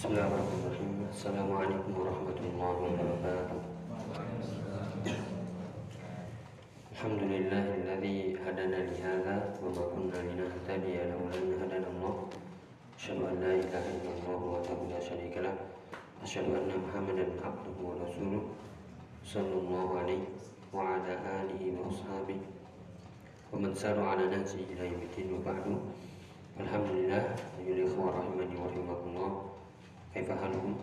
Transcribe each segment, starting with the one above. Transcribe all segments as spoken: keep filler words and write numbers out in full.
Bismillahirrahmanirrahim. Assalamualaikum warahmatullahi wabarakatuh. Alhamdulillahilladzi hadana li hadza wa ma kunna linahtadiya laula an hadana Allah. Asyhadu an la ilaha illallah wahdahu la syarika lah. Asyhadu anna Muhammadan abduhu wa rasuluh sallallahu alaihi wa ala alihi wa ashabihi wa man sara ala nahjihi ila yaumiddin wa ba'du. Alhamdulillah, ayyuhal ikhwah rahimani wa rahimakumullah. Kaifa halukum?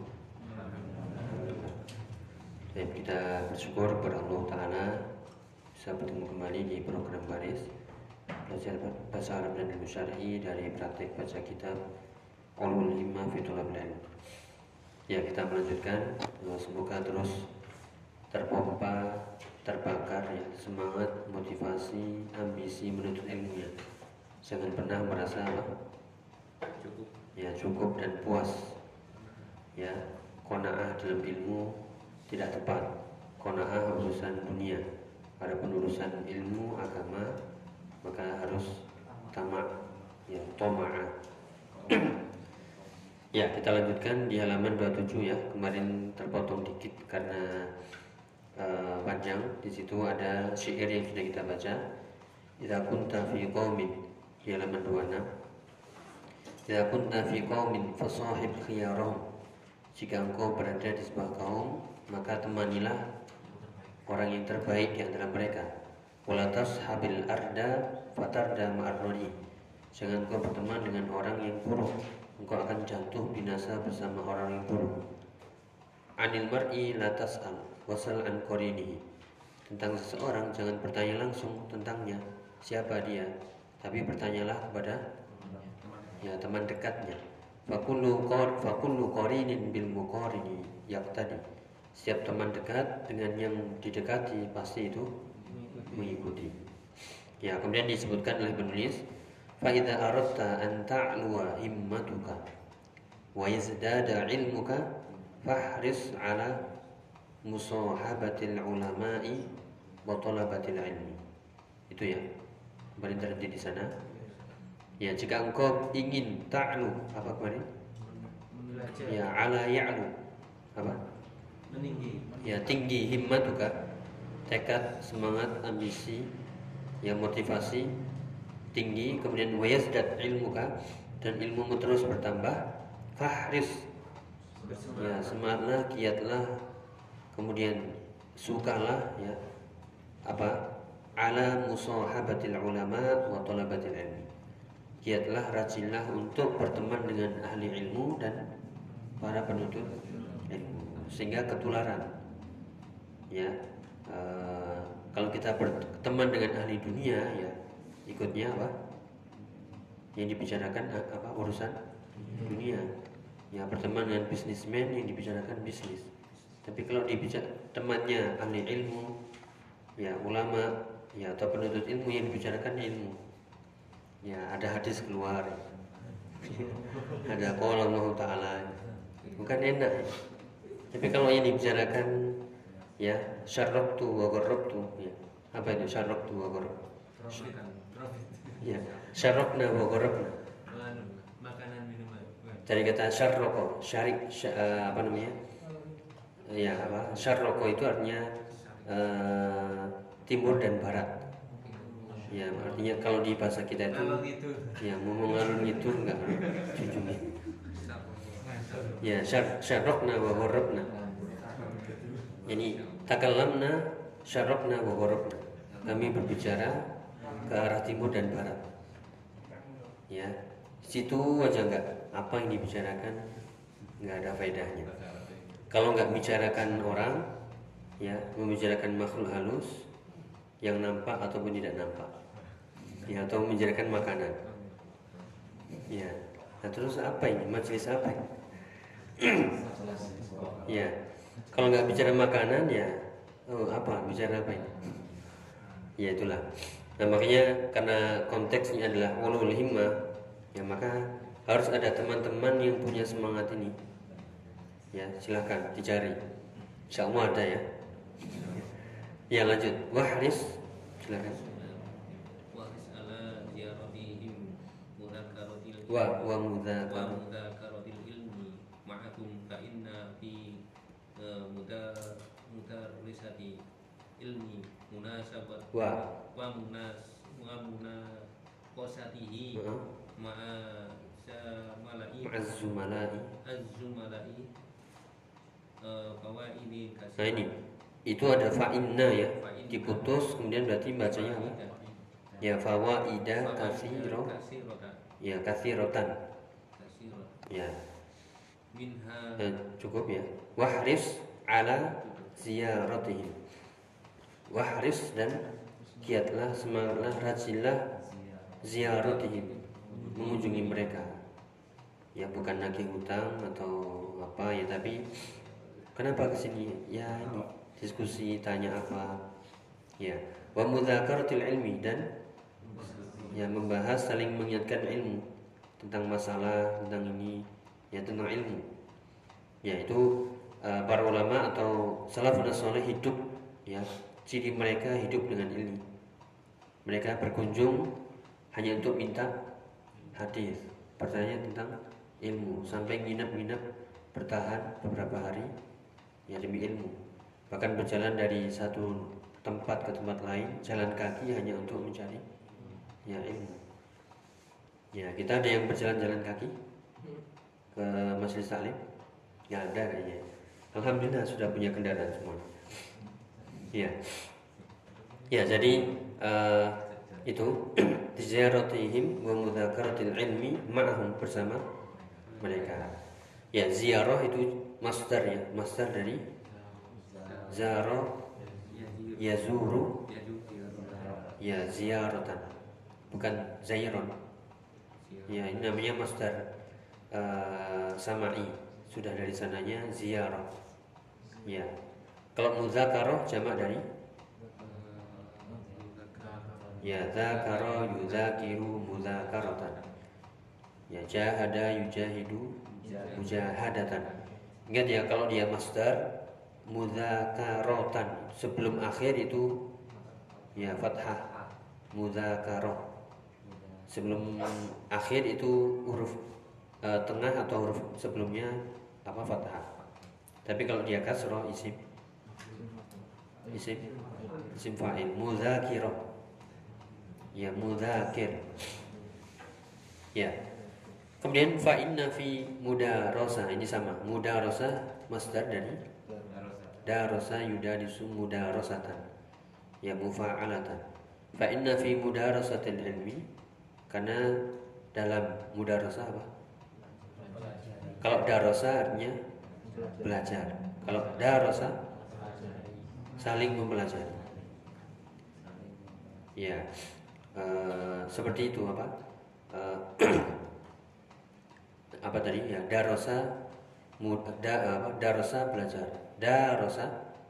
Dan kita bersyukur kepada Allah Ta'ala bisa bertemu kembali di program Baris Belajar Bahasa Arab dan Ilmu Syar'i dari praktek baca kitab Ulul Himmah fi Thalabil Ilm. Ya, kita melanjutkan. Semoga terus terpompa, terbakar ya, semangat, motivasi, ambisi menuntut ilmunya. Jangan pernah merasa apa? Cukup. Ya, cukup dan puas. Ya, qanaah dalam ilmu tidak tepat. Qanaah urusan dunia. Adapun urusan ilmu agama maka harus tamak, ya, toma'ah. Ya, kita lanjutkan di halaman dua puluh tujuh ya. Kemarin terpotong dikit karena uh, panjang. Di situ ada syair yang sudah kita baca. Idza kunta fi qaumin, di halaman dua puluh enam. Idza kunta fi qaumin fasahib khiyarahum. Jika engkau berada di sebuah kaum, maka temanilah orang yang terbaik di antara mereka. Wala tashabil arda fatarda ma'arrodi. Jangan engkau berteman dengan orang yang buruk, engkau akan jatuh binasa bersama orang yang buruk. Anil mar'i la tas'al wasal an qarinihi. Tentang seseorang jangan bertanya langsung tentangnya, siapa dia, tapi bertanyalah kepada ya teman dekatnya. Fakullu qad fakullu qarinin bil muqarini yaqtadi. Setiap teman dekat dengan yang didekati pasti itu mengikuti. Ya, kemudian disebutkan oleh penulis, fa idza aradta an ta'luwa himmatuka wa yazdada ilmuka fahris ala musahabatil ulama'i wa talabatil ilmi. Itu ya. Kembali terhenti di sana. Ya, jika engkau ingin ta'lu, apa kemarin? Belajar. Ya, ala ya'lu. Apa? Meninggi. Ya, tinggi himmatuka, tekad, semangat, ambisi, ya, motivasi tinggi, kemudian wayazdat ilmuka, dan ilmumu terus bertambah. Fahris. Ya, semangatlah, giatlah, kemudian sukalah ya. Apa? Ala musahabatil ulama wa talabatil ilmi. Giatlah, rajinlah untuk berteman dengan ahli ilmu dan para penuntut ilmu, sehingga ketularan. Ya, e, kalau kita berteman dengan ahli dunia, ya ikutnya apa? Yang dibicarakan apa? Urusan dunia. Ya, berteman dengan bisnismen yang dibicarakan bisnis. Tapi kalau dibicara temannya ahli ilmu, ya ulama, ya atau penuntut ilmu, yang dibicarakan ilmu. Ya, ada hadis keluar, ada qala Allah Ta'ala, bukan enak ya. Tapi kalau yang dibicarakan ya syarrabtu wa gharrabtu, ya. Apa itu syarrabtu wa gharrabtu? Ya, syarrabna wa gharrabna. Makanan minuman. Dari kata syarroko, syarik, sy- uh, apa namanya? Ya, apa? Syarroko itu artinya uh, timur dan barat. Ya, artinya kalau di bahasa kita itu ya ngomong ngalun itu enggak jujur. Ya, syar syarrokna wa gharrabna. Yani takallamna syarrokna wa gharrabna. Kami berbicara ke arah timur dan barat. Ya, situ aja enggak apa yang dibicarakan enggak ada faedahnya. Kalau enggak bicarakan orang, ya, membicarakan makhluk halus yang nampak ataupun tidak nampak, ya, atau membicarakan makanan, ya. Nah, terus apa ini? Majelis apa ini? Ya, kalau nggak bicara makanan, ya, oh, apa? Bicara apa ini? Ya, itulah. Nah, makanya karena konteksnya adalah ulul himmah, ya, maka harus ada teman-teman yang punya semangat ini. Ya, silakan dicari. Insya Allah ada ya. Ya, lanjut. Wahris, silakan. Wahris ala ziyaratihim mudzakkaratil Wa wa mudzakar. wa mudzakaratil ilmi ma'a madrasati ilmi munasabat Wa. wa munas wa munaqasatihi Heeh. ma'a zamalai Ma'az-zumalai. az-zumalai qawaidin kasih. Nah ini, itu ada fa'inna ya, diputus kemudian berarti bacanya apa? Ya fawaida katsiro. Ya katsirotan. Ya. Minha Ya, cukup ya. Wahris ala ziyaratihim. Wahris dan giatlah, semangatlah, rajinlah ziyaratihim, mengunjungi mereka. Ya bukan nagih hutang atau apa ya, tapi kenapa kesini? Ya ini diskusi, tanya apa? Ya. Wa mudzakaratil ilmi, dan ya membahas, saling mengingatkan ilmu tentang masalah, tentang ini, ya tentang ilmu. Ya itu uh, para ulama atau salafun saleh hidup, ya ciri mereka hidup dengan ilmu. Mereka berkunjung hanya untuk minta hadis, bertanya tentang ilmu, sampai nginap-nginap bertahan beberapa hari ya demi ilmu. Bahkan berjalan dari satu tempat ke tempat lain, jalan kaki hanya untuk mencari ya ilmu. Ya kita ada yang berjalan-jalan kaki ke Majelis Taklim? Ya ada kayaknya. Alhamdulillah sudah punya kendaraan semua. Ya, ya jadi uh, itu ziyaratihim wa mudzakaratil ilmi ma'ahum, bersama mereka. Ya ziarah itu masdar ya, masdar dari zara yazuru, ya ziyaratan, bukan zairon. Ya ini namanya masdar uh, sama'i, sudah dari sananya ziyarah. Ya kalau mudzakarah jamak dari ya dzakara yudzakiru mudzakaratan. Ya jahada yujahidu mujahadatan. Ingat ya, kalau dia masdar mudzakaratan, sebelum akhir itu ya fathah mudzakarah, sebelum akhir itu huruf uh, tengah atau huruf sebelumnya apa fathah. Tapi kalau dia kasrah isim isim isim fa'il mudzakirah, ya mudzakir. Ya. Kemudian fa inna fi mudarasa, ini sama, mudarasa masdar dari darasa yudarisu mudarasatan, ya mufa'alatan. Fa inna fi mudarasatil ilmi, karena dalam mudarasa apa? Kalau darasa artinya belajar, kalau darasa saling mempelajari. Ya, uh, seperti itu apa? Uh, apa tadi ya, darasa muda, apa, darasa belajar, darasa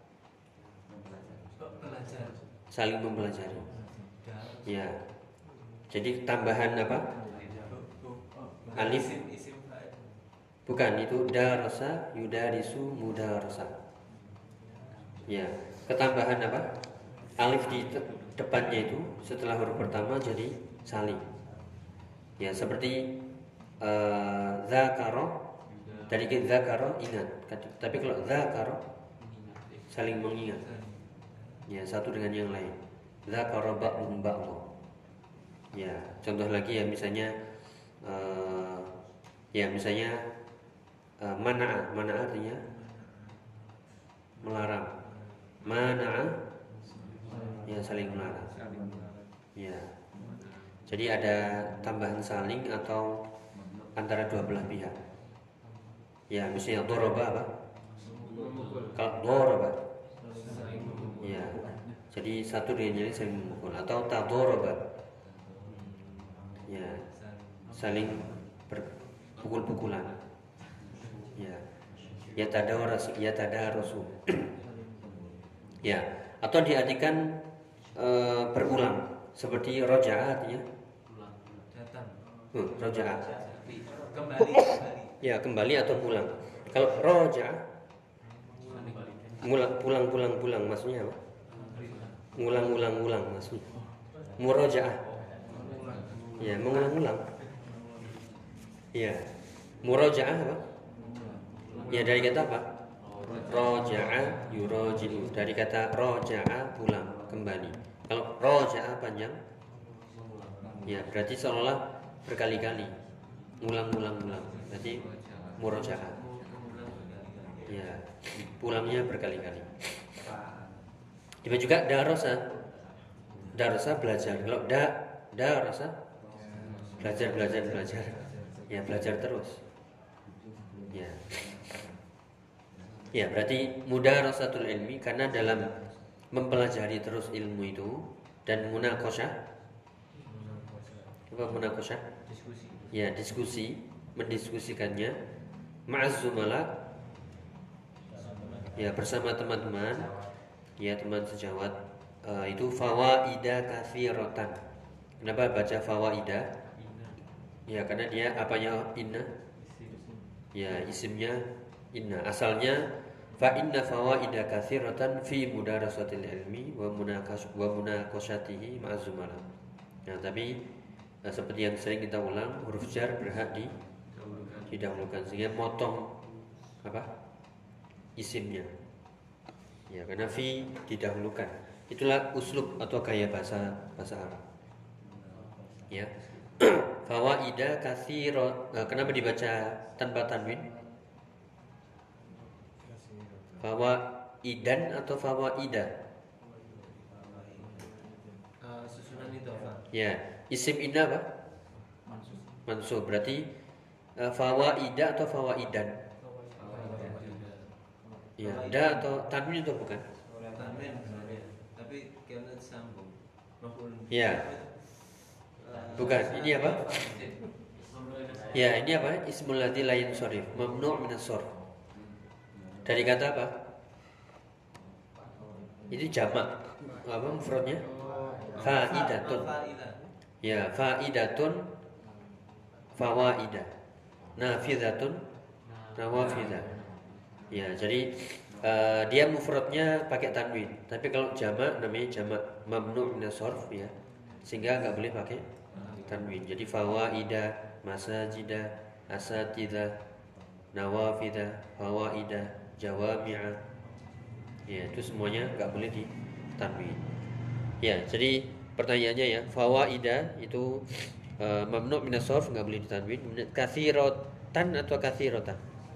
saling mempelajari. Ya, jadi tambahan apa? Alif, bukan, itu darasa yudarisu mudarasa. Ya, ketambahan apa? Alif di depannya itu setelah huruf pertama jadi saling. Ya seperti Uh, zakaro, tadi kita zakaro ingat, tapi kalau zakaro saling mengingat, ya satu dengan yang lain. Zakaro ba'dhum ba'dha. Ya contoh lagi ya, misalnya uh, ya misalnya uh, mana'a, mana'a artinya melarang, mana'a ya saling melarang. Ya jadi ada tambahan saling atau antara dua belah pihak. Ya misalnya doroba apa? Kalau doroba, ya jadi satu dengan yang lain saling memukul. Atau tadoroba, ya saling berpukul-pukulan. Ya ya tadaras, ya tadarasu. Ya atau diartikan e, berulang, seperti rojaah artinya uh, rojaah kembali, ya kembali atau pulang. Kalau roja pulang pulang pulang pulang maksudnya apa? Ngulang ulang ulang maksudnya. Murojaah, ya mengulang ulang. Ya murojaah apa? Ya dari kata apa? Roja'a yuroji'u, dari kata roja'a pulang, kembali. Kalau roja'a panjang, ya berarti seolah berkali-kali, ngulang-ngulang-ngulang. Berarti muroja'a, ya pulangnya berkali-kali. Demikian juga darosa, darosa belajar. Kalau da, darosa belajar, belajar, belajar, ya belajar terus. Ya, ya berarti mudarasatul ilmi, karena dalam mempelajari terus ilmu itu, dan munaqasyah, apa munaqasyah? Diskusi. Ya diskusi, mendiskusikannya, ma'azumala, ya bersama teman-teman, ya teman sejawat, uh, itu fawaida katsiratan. Kenapa baca fawaida? Ya karena dia apanya inna? Ya isimnya inna. Asalnya fa inna fawaida katsiratan fi mudarasatil ilmi wa munaqash wa munaqashatihi ma'azumala. Nah, tapi nah, seperti yang sering kita ulang, huruf jar berhak di didahulukan sehingga motong apa? Isimnya. Ya, karena fi didahulukan. Itulah uslub atau gaya bahasa bahasa Arab. Ya. Fawaida katsirat. Nah, kenapa dibaca tanpa tanwin? Fawaidan atau fawaida? Uh, susunan itu apa? Ya, isim inna apa? Mansub. Mansub. Berarti uh, fawaida atau fawaidan? Ya, da atau tanwin itu bukan? Tanwin sebenarnya. Tapi karena sambung. Maf'ul. Ya. Bukan. Ini apa? Ya, ini apa? Ismul ladzi la yansharif, mamnu' min as-sarf. Dari kata apa? Ini jamak. Apa mufradnya? Faidatun. Ya, faidatun, fawaida. Nafidatun, nawafidah. Ya, jadi uh, dia mufradnya pakai tanwin. Tapi kalau jamak namanya jamak mamnu' min as-sarf ya. Sehingga enggak boleh pakai tanwin. Jadi fawaida, masajida, asatidha, nawafida, fawaida, jawami'a. Ya, itu semuanya enggak boleh di tanwin. Ya, jadi pertanyaannya ya, fawaida itu uh, mamnu' min as-sarf, enggak boleh ditanwin. Katsiratan atau katsiratan?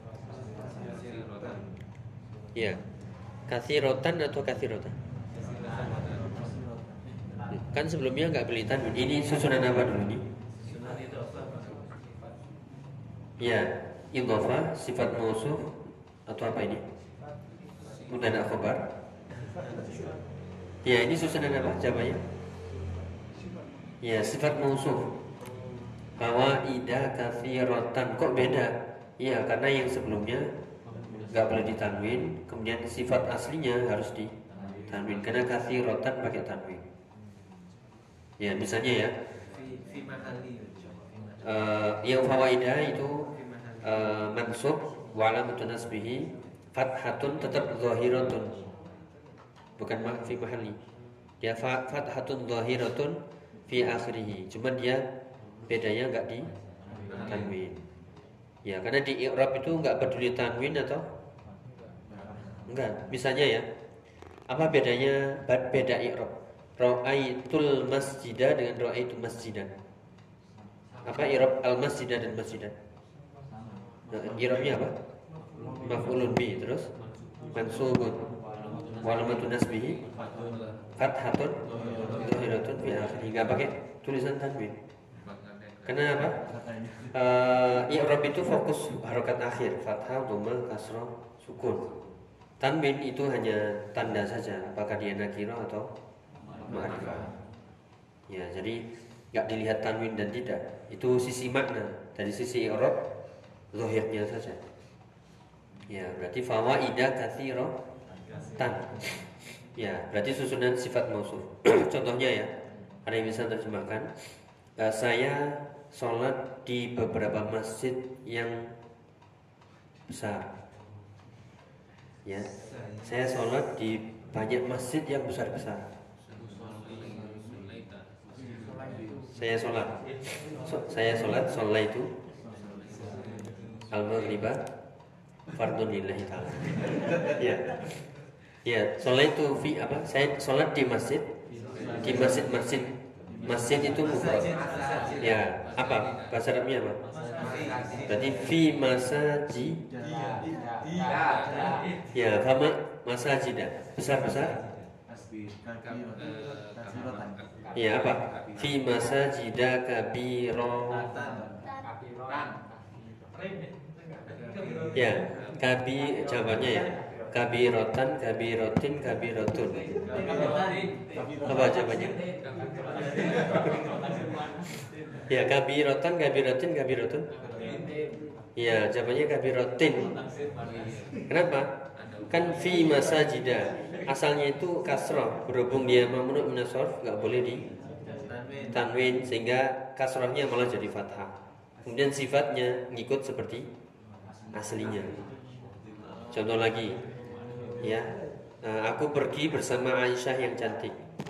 Ya. Katsiratan atau katsiratan? Kan sebelumnya enggak boleh tanwin. Ini susunan apa dulu ini? Susunan itu apa? Ya, idhofah, sifat mausuf atau apa ini? Mubtada khabar. Ya, ini susunan apa? Jawabannya? Ya, sifat mausuf. Fawaida katsiratan. Kok beda? Iya, karena yang sebelumnya enggak boleh ditanwin, kemudian sifat aslinya harus ditanwin karena katsiratan pakai tanwin. Ya, misalnya ya. Fi fi mahalli. Uh, yang fawaida itu uh, mansub wa alamatun nasbihi fathatun, tetap zahiratun. Bukan ma fi mahalli. Dia fathatun zahiratun fi akhirih. Cuma dia bedanya enggak di tanwin. Ya, karena di i'rab itu enggak peduli tanwin atau enggak. Misalnya ya. Apa bedanya beda i'rab? Ra'aitul masjidah dengan ra'aitu masjidan. Apa i'rab al-masjidah dan masjidan? Nah, i'rabnya apa? Maf'ulun bi, terus mansubun wa alamatun nasbihi fathatun zahiratun fi akhirih. Enggak pakai tulisan tanwin. Kenapa? Uh, i'rab itu fokus harokat akhir, fathah, dhammah, kasrah, sukun. Tanwin itu hanya tanda saja, apakah dia nakirah atau ma'rifah. Ya, jadi enggak dilihat tanwin dan tidak. Itu sisi makna. Dari sisi i'rab zahirnya saja. Ya, berarti fawaida katsiratan. Ya, berarti susunan sifat mausuf. Contohnya ya, ada yang bisa terjemahkan. Uh, saya sholat di beberapa masjid yang besar. Ya, saya sholat di banyak masjid yang besar-besar. Saya sholat, so, saya sholat, sholat itu al-maghribah fardun lillahi ta'ala. Ya. Ya, sholat itu fi apa? Saya sholat di masjid. Di masjid-masjid. Masjid itu mufrad. Ya, apa? Bahasa Arabnya apa? Berarti fi masajid. Ya, fama masajida. Besar-besar. Ya, apa? Fi masajida kabiratan. Ya, kabi jawabannya ya. Kabirotan, kabirotin, kabirotun. Apa jawabannya? Ya, kabirotan, kabirotin, kabirotun. Ya, jawabannya kabirotin. Kenapa? Kan fi masajida. Asalnya itu kasroh. Berhubung dia mamnu min as-sarf, enggak boleh di tanwin, sehingga kasrohnya malah jadi fathah. Kemudian sifatnya ngikut seperti aslinya. Contoh lagi, ya, aku pergi bersama Aisyah yang cantik.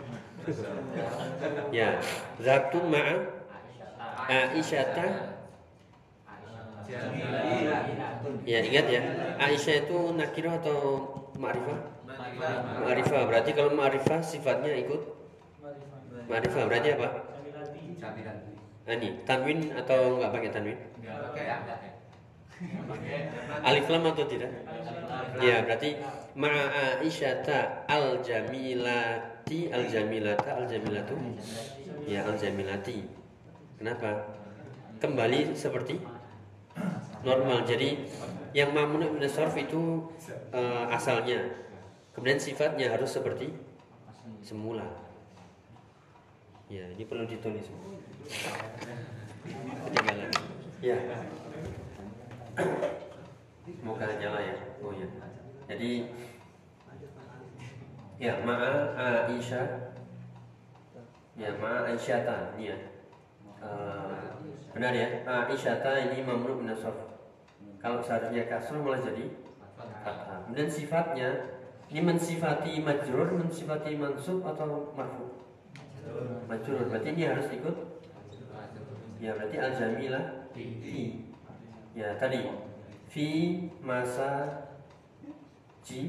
Ya, zabtu ma'a Aisyata. Ya, ingat ya, Aisyah itu nakirah atau ma'rifah? Ma'rifah. Berarti kalau ma'rifah sifatnya ikut ma'rifah. Berarti apa? Ini tanwin atau enggak pakai tanwin? Alif lam atau tidak? Ya, berarti ma'a Aisyata al-jamilati, al-jamilata, al-jamilatu. Ya, al-jamilati. Kenapa? Kembali seperti normal. Jadi yang mamnu min as-sarf itu uh, asalnya. Kemudian sifatnya harus seperti semula. Ya, ini perlu ditulis. Ketinggalan. Ya. Semoga nyala ya. Oh ya. Jadi ya, ma'a Aisyah. Ya, ma'a Aisyata ini ya. Uh, benar ya. Aisyata ini mamnu min as-sarf. Kalau seharusnya kasrah malah jadi fathah. Kemudian sifatnya ini mensifati majrur, mensifati mansub atau marfu? Majrur. Berarti ini harus ikut. Ya, berarti al-jamilah fi. Ya, tadi fi masa ji.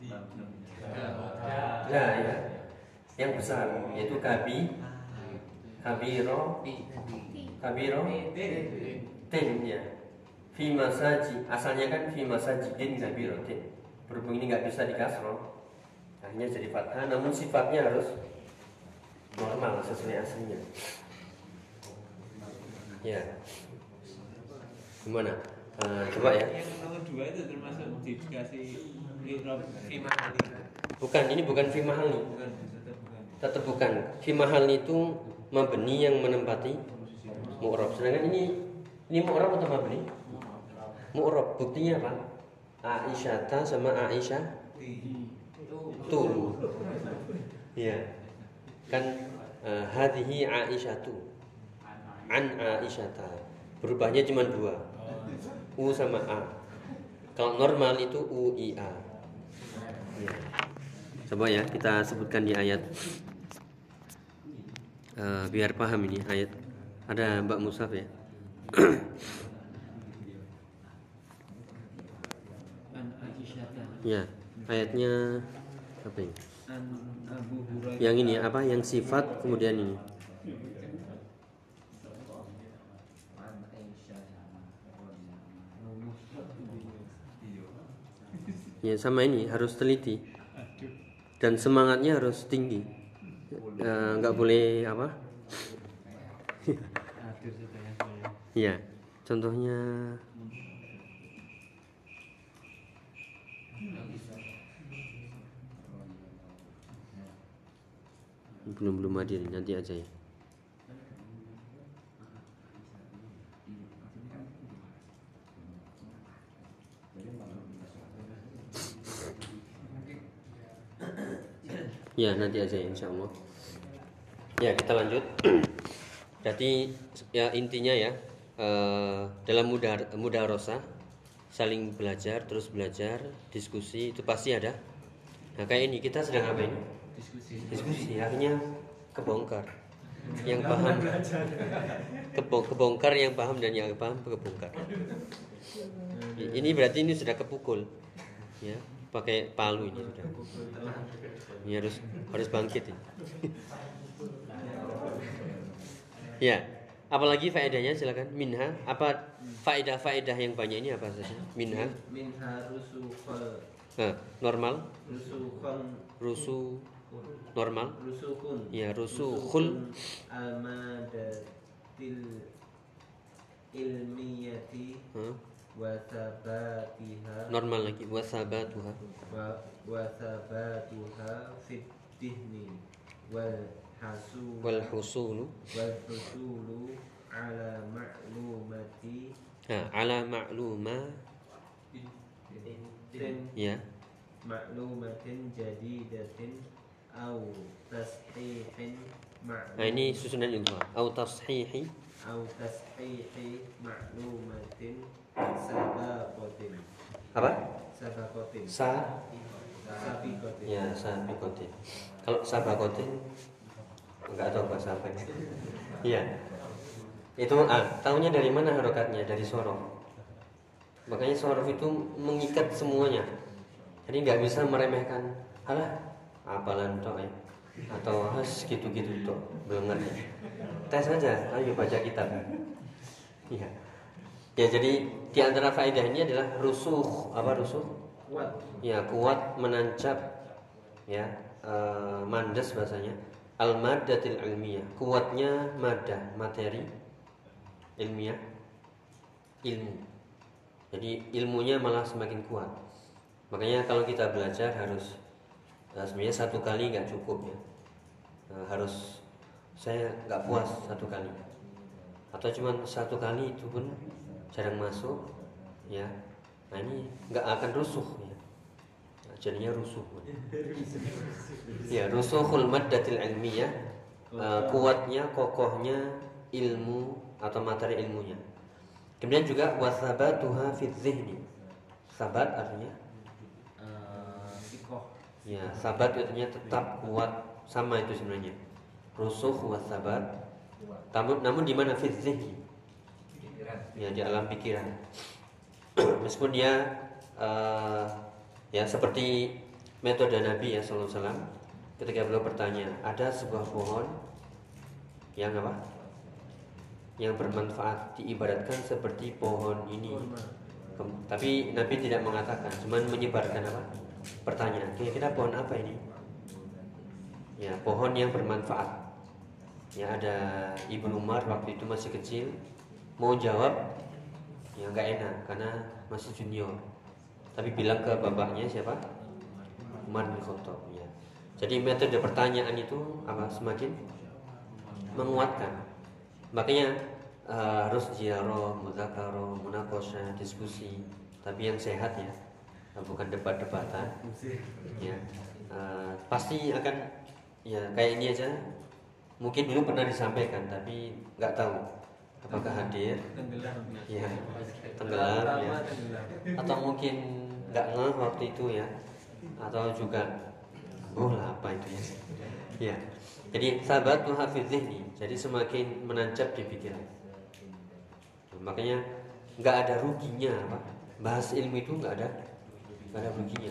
Nah, ya. Yang besar yaitu kabi, kabiro, kabiro, tin ya. Fi masaji, asalnya kan fi masajidin kabirotin. Berhubung ini nggak bisa dikasroh, akhirnya jadi fathah. Namun sifatnya harus normal sesuai aslinya. Ya, gimana? Uh, coba ya. Yang nomor dua itu termasuk dikasih i'rab fi mahali. Bukan, ini bukan fi mahali. Bukan, tetap bukan. Tetap bukan. Fi mahali itu mabni yang menempati mu'rab. Sedangkan ini ini mu'rab atau mabni? Mu'rab. Buktinya apa? Aisyata sama Aisyah tu. Ya. Kan uh, hadhihi Aisyatu. An Aisyata. Berubahnya cuma dua. U sama A. Kalau normal itu U I A. Ya. Coba ya kita sebutkan di ayat uh, biar paham ini ayat. Ada Mbak Musaf ya. Ya, ayatnya apa ini? Yang ini apa? Yang sifat kemudian ini. Ya, sama ini harus teliti dan semangatnya harus tinggi. Nggak e, boleh apa? Ya, contohnya belum belum hadir, nanti aja ya. Ya, nanti aja insya Allah. Ya, kita lanjut. Jadi ya intinya ya uh, dalam mudah mudaharosah saling belajar terus belajar diskusi itu pasti ada. Nah kayak ini kita sedang apa ini? Diskusi. Diskusi akhirnya kebongkar. Yang paham kebong, kebongkar yang paham dan yang paham kebongkar. ini berarti ini sudah kepukul. Ya, pakai palu ini sudah. Ini harus harus bangkit ini. Ya, apalagi faedahnya silakan. Minha, apa faedah-faedah yang banyak ini apa saja? Minha. Minha rusukhul. Nah, normal. Rusukhun. Rusu normal. Rusukhun. Ya, rusukhul almadatil ilmiyati huh? wa thabatiha. Normal lagi wa thabatuha. Wa wa thabatuha fid dihni wal hasul wal husulu wal husulu ala ma'lumati ha ala ma'luma ya ma'lumatin jadidatin au tashihin ma'lum. Nah ini susunan itu au tashihi au tashihi ma'lumatin sabaqatin. Apa? Sabaqatin. Sa Sabiqatin. Ya, sabiqatin. Kalau sabiqatin enggak tahu bahasa apa ini. Iya. Itu ah, tahunya dari mana harokatnya? Dari sorof. Makanya sorof itu mengikat semuanya. Jadi nggak bisa meremehkan. Halah, apalan tok ya. Atau has gitu-gitu tok, belum ngerti. Tes saja, ayo baca kitab. Iya. Ya jadi di antara faedah ini adalah rusuh. Apa rusuh? Kuat. Ya, kuat menancap ya, uh, mandas bahasanya. Al-maddatil ilmiyah, kuatnya madah, materi ilmiah, ilmu. Jadi ilmunya malah semakin kuat. Makanya kalau kita belajar harus nah sebenarnya satu kali nggak cukup ya. Nah, harus saya nggak puas satu kali. Atau cuma satu kali itu pun jarang masuk ya. Nah ini nggak akan rusuh ya. Nah, jadinya rusuh. Ya, rusuhul maddatil ilmiyah, uh, kuatnya, kokohnya ilmu atau materi ilmunya. Kemudian juga wasabatuha fi dzihni. Sabat artinya sikoh. Ya, sabat artinya tetap kuat, sama itu sebenarnya. Rusuh wasabat. Namun namun di mana fi dzihni? Ya, di alam pikiran. Meskipun dia uh, ya seperti metode Nabi ya sallallahu alaihi wasallam ketika beliau bertanya, ada sebuah pohon yang apa? Yang bermanfaat diibaratkan seperti pohon ini. Tapi Nabi tidak mengatakan, cuma menyebarkan apa? Pertanyaan, kira-kira pohon apa ini? Ya, pohon yang bermanfaat. Ya, ada Ibnu Umar waktu itu masih kecil, mau jawab, ya nggak enak karena masih junior. Tapi bilang ke bapaknya siapa? Umar bin Khattab. Ya. Jadi metode pertanyaan itu apa? Semakin menguatkan. Makanya uh, harus ziarah, mudzakarah, munaqasyah, diskusi, tapi yang sehat ya, bukan debat-debatan. Ya, uh, pasti akan ya kayak ini aja. Mungkin dulu pernah disampaikan, tapi nggak tahu apakah hadir. Ya, tenggelam ya. Atau mungkin nggak ngeh waktu itu ya. Atau juga oh lah apa itu ya. Ya. Jadi sahabat tuh hafiz zihni. Jadi semakin menancap di pikiran. Makanya nggak ada ruginya apa? Bahas ilmu itu nggak ada nggak ada ruginya.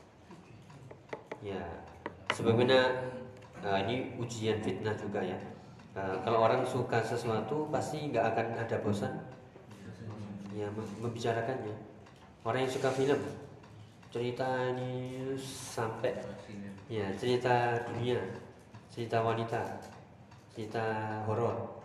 Ya. Sebagaimana nah, ini ujian fitnah juga ya. Nah, kalau orang suka sesuatu pasti nggak akan ada bosan. Ya membicarakannya. Orang yang suka film, cerita ini sampai ya cerita dunia, cerita wanita, cerita horor,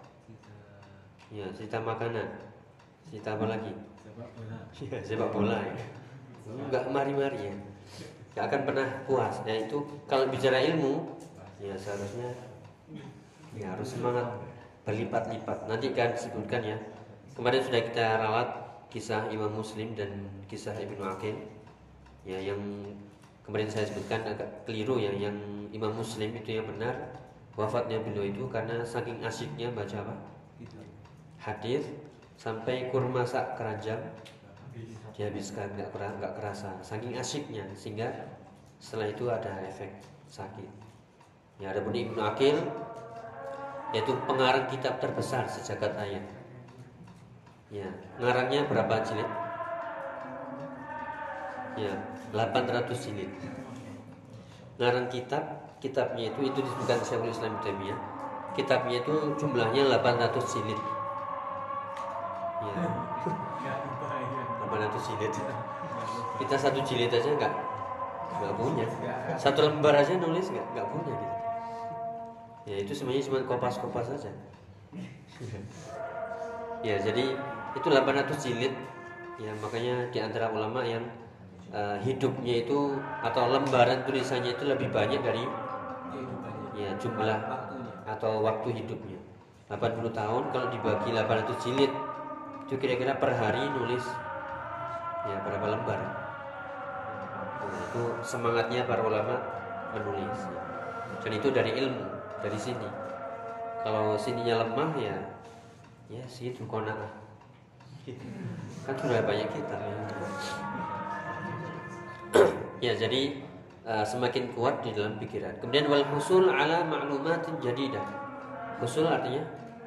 ya cerita makanan, cerita apa lagi? Sepak bola. Ya, sepak bola. Ya. Enggak mari-mari ya. Enggak akan pernah puas. Nah itu kalau bicara ilmu, ya seharusnya ya harus semangat berlipat-lipat. Nanti kan disebutkan ya. Kemarin sudah kita ralat kisah Imam Muslim dan kisah Ibnu Aqil. Ya yang kemarin saya sebutkan agak keliru ya, yang Imam Muslim itu yang benar, wafatnya beliau itu karena saking asyiknya baca apa? Hadis sampai kurma sak keranjang dihabiskan, nggak nggak kerasa saking asyiknya, sehingga setelah itu ada efek sakit. Ya ada pun Ibnu Aqil yaitu pengarang kitab terbesar sejagat ayat. Ya ngarangnya berapa jilid? Ya, delapan ratus jilid. Ngarang kitab, kitabnya itu itu disebutkan Syekhul Islam Ibnu Taimiyah. Kitabnya itu jumlahnya delapan ratus jilid. Ya. delapan ratus jilid. Kita satu jilid aja enggak enggak punya. Satu lembar aja nulis enggak enggak punya gitu. Ya itu semuanya cuma kopas-kopas saja. Ya, jadi itu delapan ratus jilid. Ya, makanya di antara ulama yang uh, hidupnya itu atau lembaran tulisannya itu lebih banyak dari ya jumlah atau waktu hidupnya. delapan puluh tahun kalau dibagi delapan ratus jilid itu kira-kira per hari nulis ya berapa lembar. Nah, itu semangatnya para ulama menulis. Dan itu dari ilmu, dari sini. Kalau sininya lemah ya ya segitu qanaah. Kan sudah banyak kitab ya. Ya, jadi uh, semakin kuat di dalam pikiran. Kemudian wal husul ala ma'lumatin jadidah. Husul artinya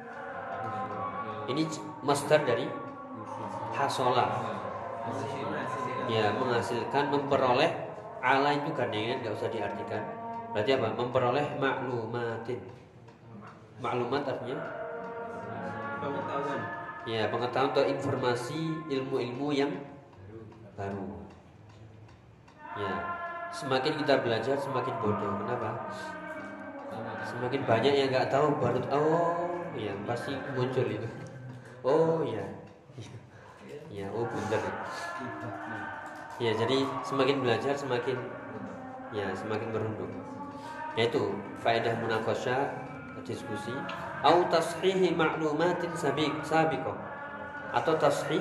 ini masdar dari hasola. Ya, menghasilkan, memperoleh. Ala itu gandengan, enggak usah diartikan. Berarti apa? Memperoleh maklumatin. Maklumat artinya pengetahuan. Ya, pengetahuan atau informasi ilmu-ilmu yang baru. Ya, semakin kita belajar semakin bodoh. Kenapa? Semakin banyak yang nggak tahu baru oh, ya pasti muncul itu. Oh ya, ya oh bener. Ya, jadi semakin belajar semakin ya semakin merunduk. Yaitu faedah munaqasyah, diskusi, au tashihi ma'lumatin sabiq sabiqah, atau tashih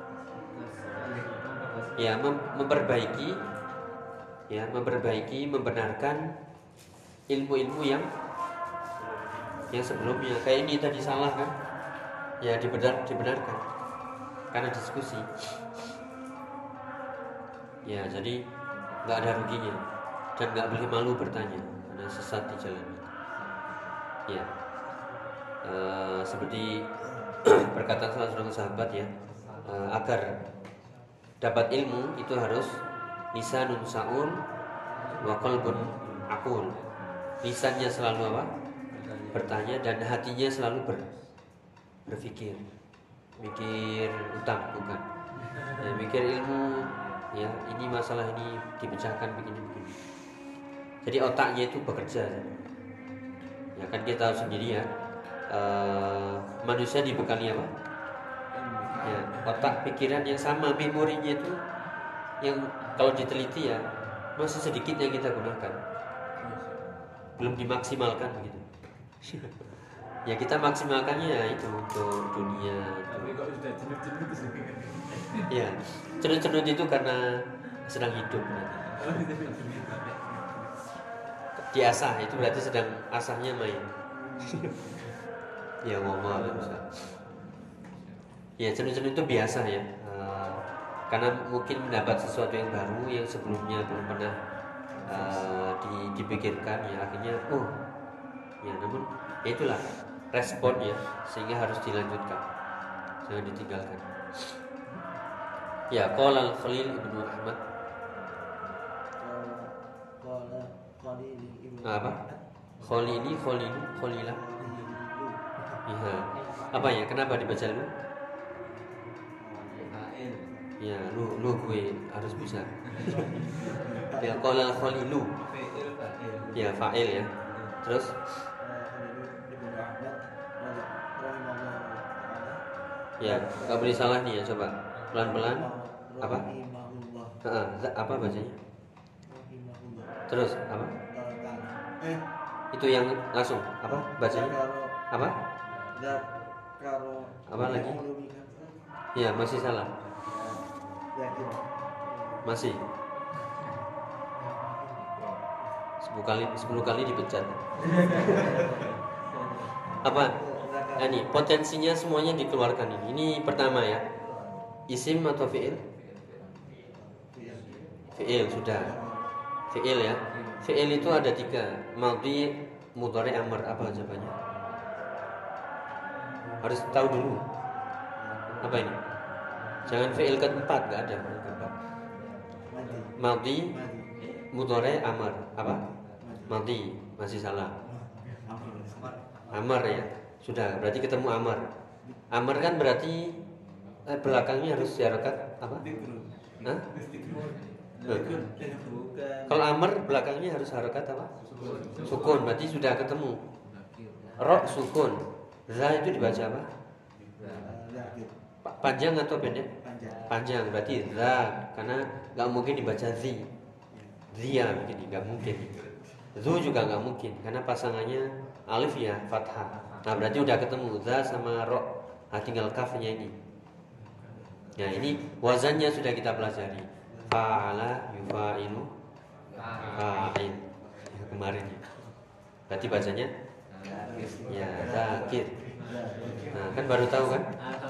ya mem- memperbaiki ya memperbaiki membenarkan ilmu-ilmu yang yang sebelumnya. Kayak ini tadi salah kan, ya dibenar dibenarkan karena diskusi. Ya, jadi nggak ada ruginya dan nggak boleh malu bertanya karena sesat di jalan. Ya, e, seperti perkataan salah seorang sahabat ya, e, agar dapat ilmu itu harus lisanun sa'ul wa qalbun aqul. Lisannya selalu apa? Bertanya, dan hatinya selalu ber, berpikir. Mikir utang bukan. Ya, mikir ilmu ya, ini masalah ini dipecahkan begini-begini. Jadi otaknya itu bekerja. Ya kan kita tahu sendiri ya, uh, manusia dibekali apa? Ya, otak pikiran yang sama, memorinya itu yang kalau diteliti ya masih sedikit yang kita gunakan, belum dimaksimalkan begitu. Ya kita maksimalkannya ya itu untuk dunia. Tapi kok sudah jenuh-jenuh itu sih. Ya, cenut-cenut itu karena sedang hidup. Diasah itu berarti sedang asahnya main. Ya ngomong bisa. Ya cenut-cenut itu biasa ya, uh, karena mungkin mendapat sesuatu yang baru yang sebelumnya belum pernah uh, di, dipikirkan ya, akhirnya oh ya, namun ya itulah responnya sehingga harus dilanjutkan, jangan ditinggalkan. Ya, qala al-Khalil Ibnu Ahmad. Qala Khalil Ibnu Apa? Khalili, Khalilu, Khalilah. Iya. Apa ya? Kenapa dibaca lu? Fa'il. Ya, lu lu gue harus bisa. Ya, qala al-Khalilu. Fa'il fa'il. Ya, fa'il ya. Terus Ibnu Ahmad rahimahullah taala. ya, enggak boleh salah nih ya, coba. Pelan-pelan. Apa? Rahimahullah. Heeh, apa bacanya? Rahimahullah. Terus apa? Eh, Itu yang langsung apa bacanya? Apa? Karo Apa lagi? Ya, masih salah. Yakin. Masih. Sepuluh kali sepuluh kali dipecat. Apa? Nah, ini potensinya semuanya dikeluarkan ini. Ini pertama ya. Isim atau fi'il? Fi'il sudah. Fi'il ya. Fi'il itu ada tiga, madhi, mudhari, amr. Apa jawabannya? Harus tahu dulu. Apa ini? Jangan fi'il keempat, enggak ada fi'il keempat. Madhi, Madi. mudhari amar. Apa? Madhi, masih salah. Amar ya. Sudah, berarti ketemu amar. Amar kan berarti eh, belakangnya harus diharokat apa? Hah? Loh. Bukan. Kalau amar belakangnya harus harokat apa? Sukun, berarti sudah ketemu. Ro sukun. Za itu dibaca apa? Zakir. Pa- Panjang atau pendek? Panjang. Panjang, berarti za, karena nggak mungkin dibaca zi. Zia begini, nggak mungkin. Zu juga nggak mungkin, karena pasangannya alif ya fathah. Nah berarti udah ketemu za sama ro. Nah, tinggal kafnya ini. Nah ini wazannya sudah kita pelajari. Fa'ala yufa'ilu fa'il ya, kemarin ya. Berarti bacanya ya zakir. Nah kan baru tahu kan?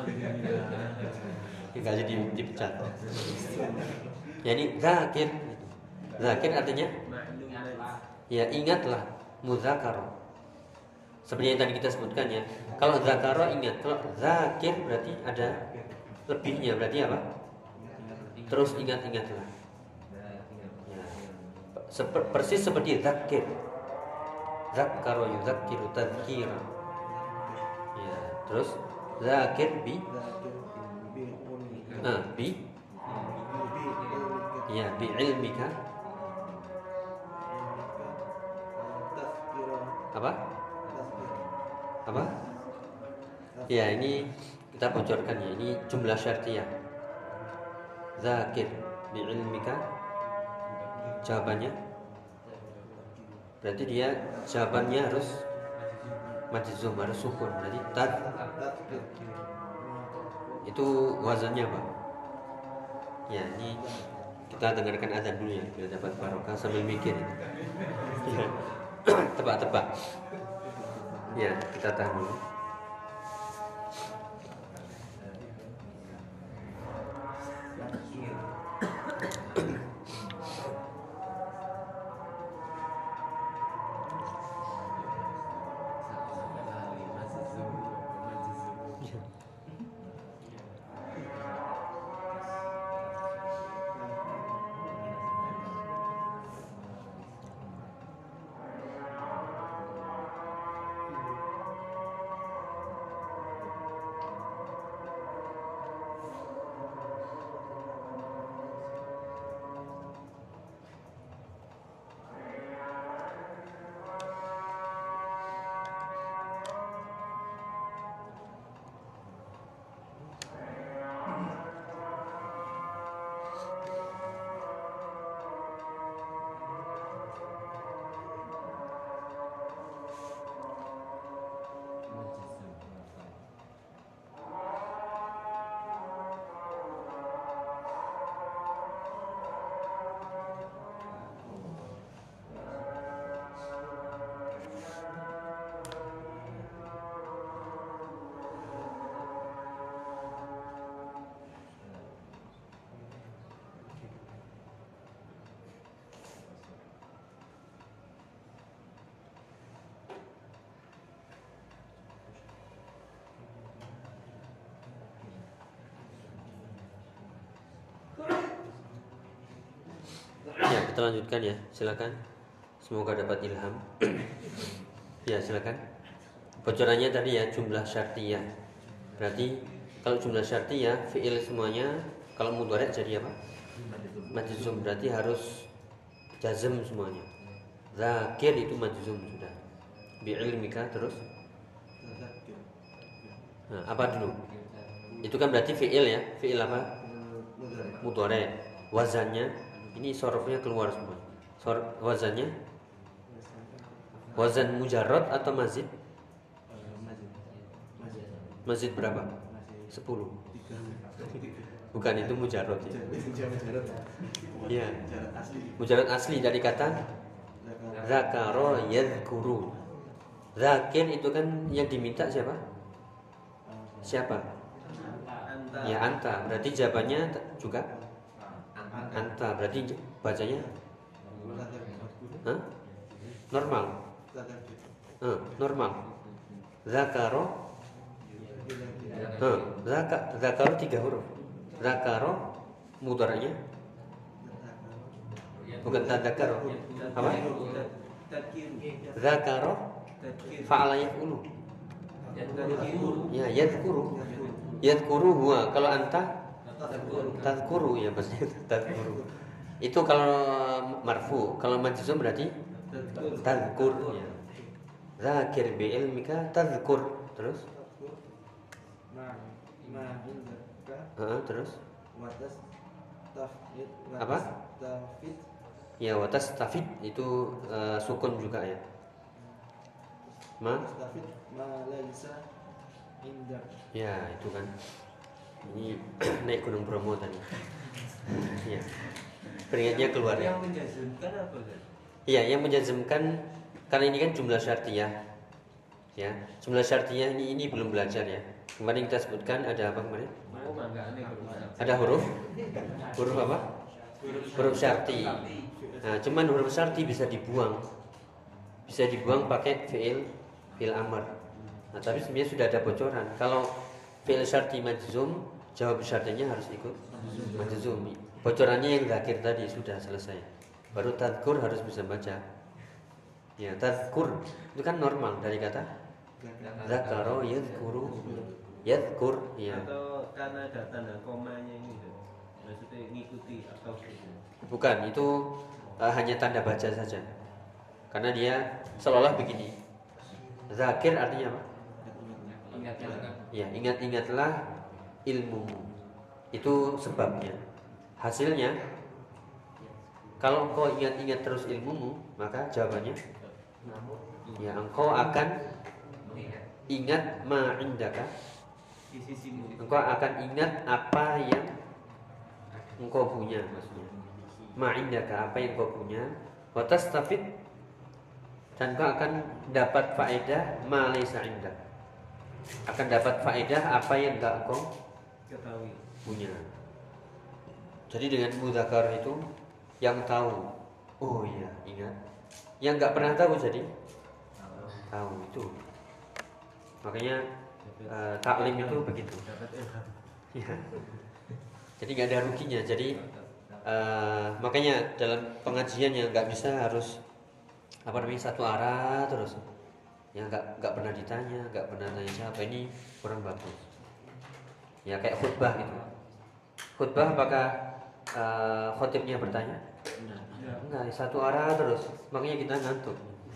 Tinggal jadi dipecat. Ya ini zakir. Zakir artinya ya ingatlah, mudzakaro. Seperti yang tadi kita sebutkan ya. Kalau zakaro ingat, kalau zakir berarti ada lebihnya, berarti apa? Terus ingat-ingatlah. Ya. Sep- persis seperti zakir. Zakaro yuzakiru tadzkira. Ya, terus zakir bi Zakir. Bi ulmika. ah, bi Bi ulmika. ya bi ilmika Tazkira. apa? Tazkira. Apa? Ya ini kita bocorkan ya, ini jumlah syartiyah. Zakir bi ilmika, jawabannya berarti dia jawabannya harus majzum, harus sukun. Berarti tad Tazkir. itu wazannya apa? Ya ini kita dengarkan azan dulu ya, biar dapat barokah sambil mikir. Ya. Tebak-tebak. Ya kita tahan dulu. Ya kita lanjutkan ya, silakan. Semoga dapat ilham. Ya silakan. Bocorannya tadi ya jumlah syartiyah. Berarti kalau jumlah syartiyah fiil semuanya kalau mudhari jadi apa? Majzum, berarti harus jazm semuanya. Zakir itu majzum sudah. Bi ilmika terus. Zakir. Nah, apa dulu? Itu kan berarti fiil ya. Fiil apa? Mudhari. Mudhari. Wazannya ini sorofnya keluar semua. Sor wazannya wazan mujarrad atau mazid? Mazid berapa? Sepuluh. Bukan itu mujarrad ya. Ya. Mujarrad asli dari kata zakaro yadhkuru. Zakir itu kan yang diminta siapa? Siapa? Ya anta. Berarti jawabannya juga anta. Berarti bacanya Hah? Normal. Huh, normal. Zakaro huh, zaka, zakaro tiga huruf. Zakaro mudharanya bukan tadzakaro. Apa? Tadkiru. Zakaro Tadkiru. fa'ala yaf'ulu. Tadkiru. Ya, yadhkuru. Yadhkuru huwa. Kalau anta Tadkuru. tadhkuru ya maksudnya tadhkuru. Itu kalau marfu, kalau majzum berarti Tadkuru. tadhkur ya. Zakir bi ilmika tadhkur. Terus? Ma ma indaka Heeh, terus? watas tafid Apa? tafid Ya, watas tafid itu uh, sukun juga ya. Ma? tafid ma laisa indak. Ya, itu kan. Ini naik Gunung Bromo tadi. Ya. Keringatnya keluar ya. Yang menjazmkan apa kan? Iya, yang menjazmkan karena ini kan jumlah syartiyah. Ya, jumlah syartiyah ini ini belum belajar ya. Kemarin kita sebutkan ada apa kemarin? Mau enggak aneh kalau Ada huruf? Huruf apa? Huruf syarti. Nah, cuman huruf syarti bisa dibuang. Bisa dibuang pakai fi'il fi'il amr. Nah, tapi sebenarnya sudah ada bocoran. Kalau fi'il syarti majzum, jawab syartinya harus ikut majzum. Bocorannya yang zakir tadi sudah selesai. Baru tadkur harus bisa baca. Ya, tadkur itu kan normal dari kata zakaro yadhkuru yadhkur ya. atau karena ada tanda komanya ini tuh. Maksudnya ngikuti atau gitu. Bukan, itu uh, hanya tanda baca saja. Karena dia seolah begini. Zakir artinya apa? Ya, ingat-ingatlah ilmumu. Itu sebabnya. Hasilnya, kalau engkau ingat-ingat terus ilmumu, maka jawabannya, ya engkau akan ingat ma indaka. Di sisimu. Engkau akan ingat apa yang engkau punya, maksudnya. Ma indaka, apa yang engkau punya. Wa tastafid, dan engkau akan dapat faedah ma laysa indak. Akan dapat faedah apa yang enggak engkau Ketahui. punya. Jadi dengan mudzakar itu yang tahu, oh iya ingat. Yang nggak pernah tahu jadi tahu itu. Makanya uh, taklim itu begitu. Dapat ilham. Ya. Jadi nggak ada ruginya. Jadi uh, makanya dalam pengajian yang nggak bisa harus apa namanya satu arah terus. Ya nggak nggak pernah ditanya, nggak pernah tanya siapa, ini kurang bagus. Ya kayak khutbah gitu. Khutbah apakah Uh, khotibnya bertanya? Enggak, satu arah terus. Makanya kita ngantuk.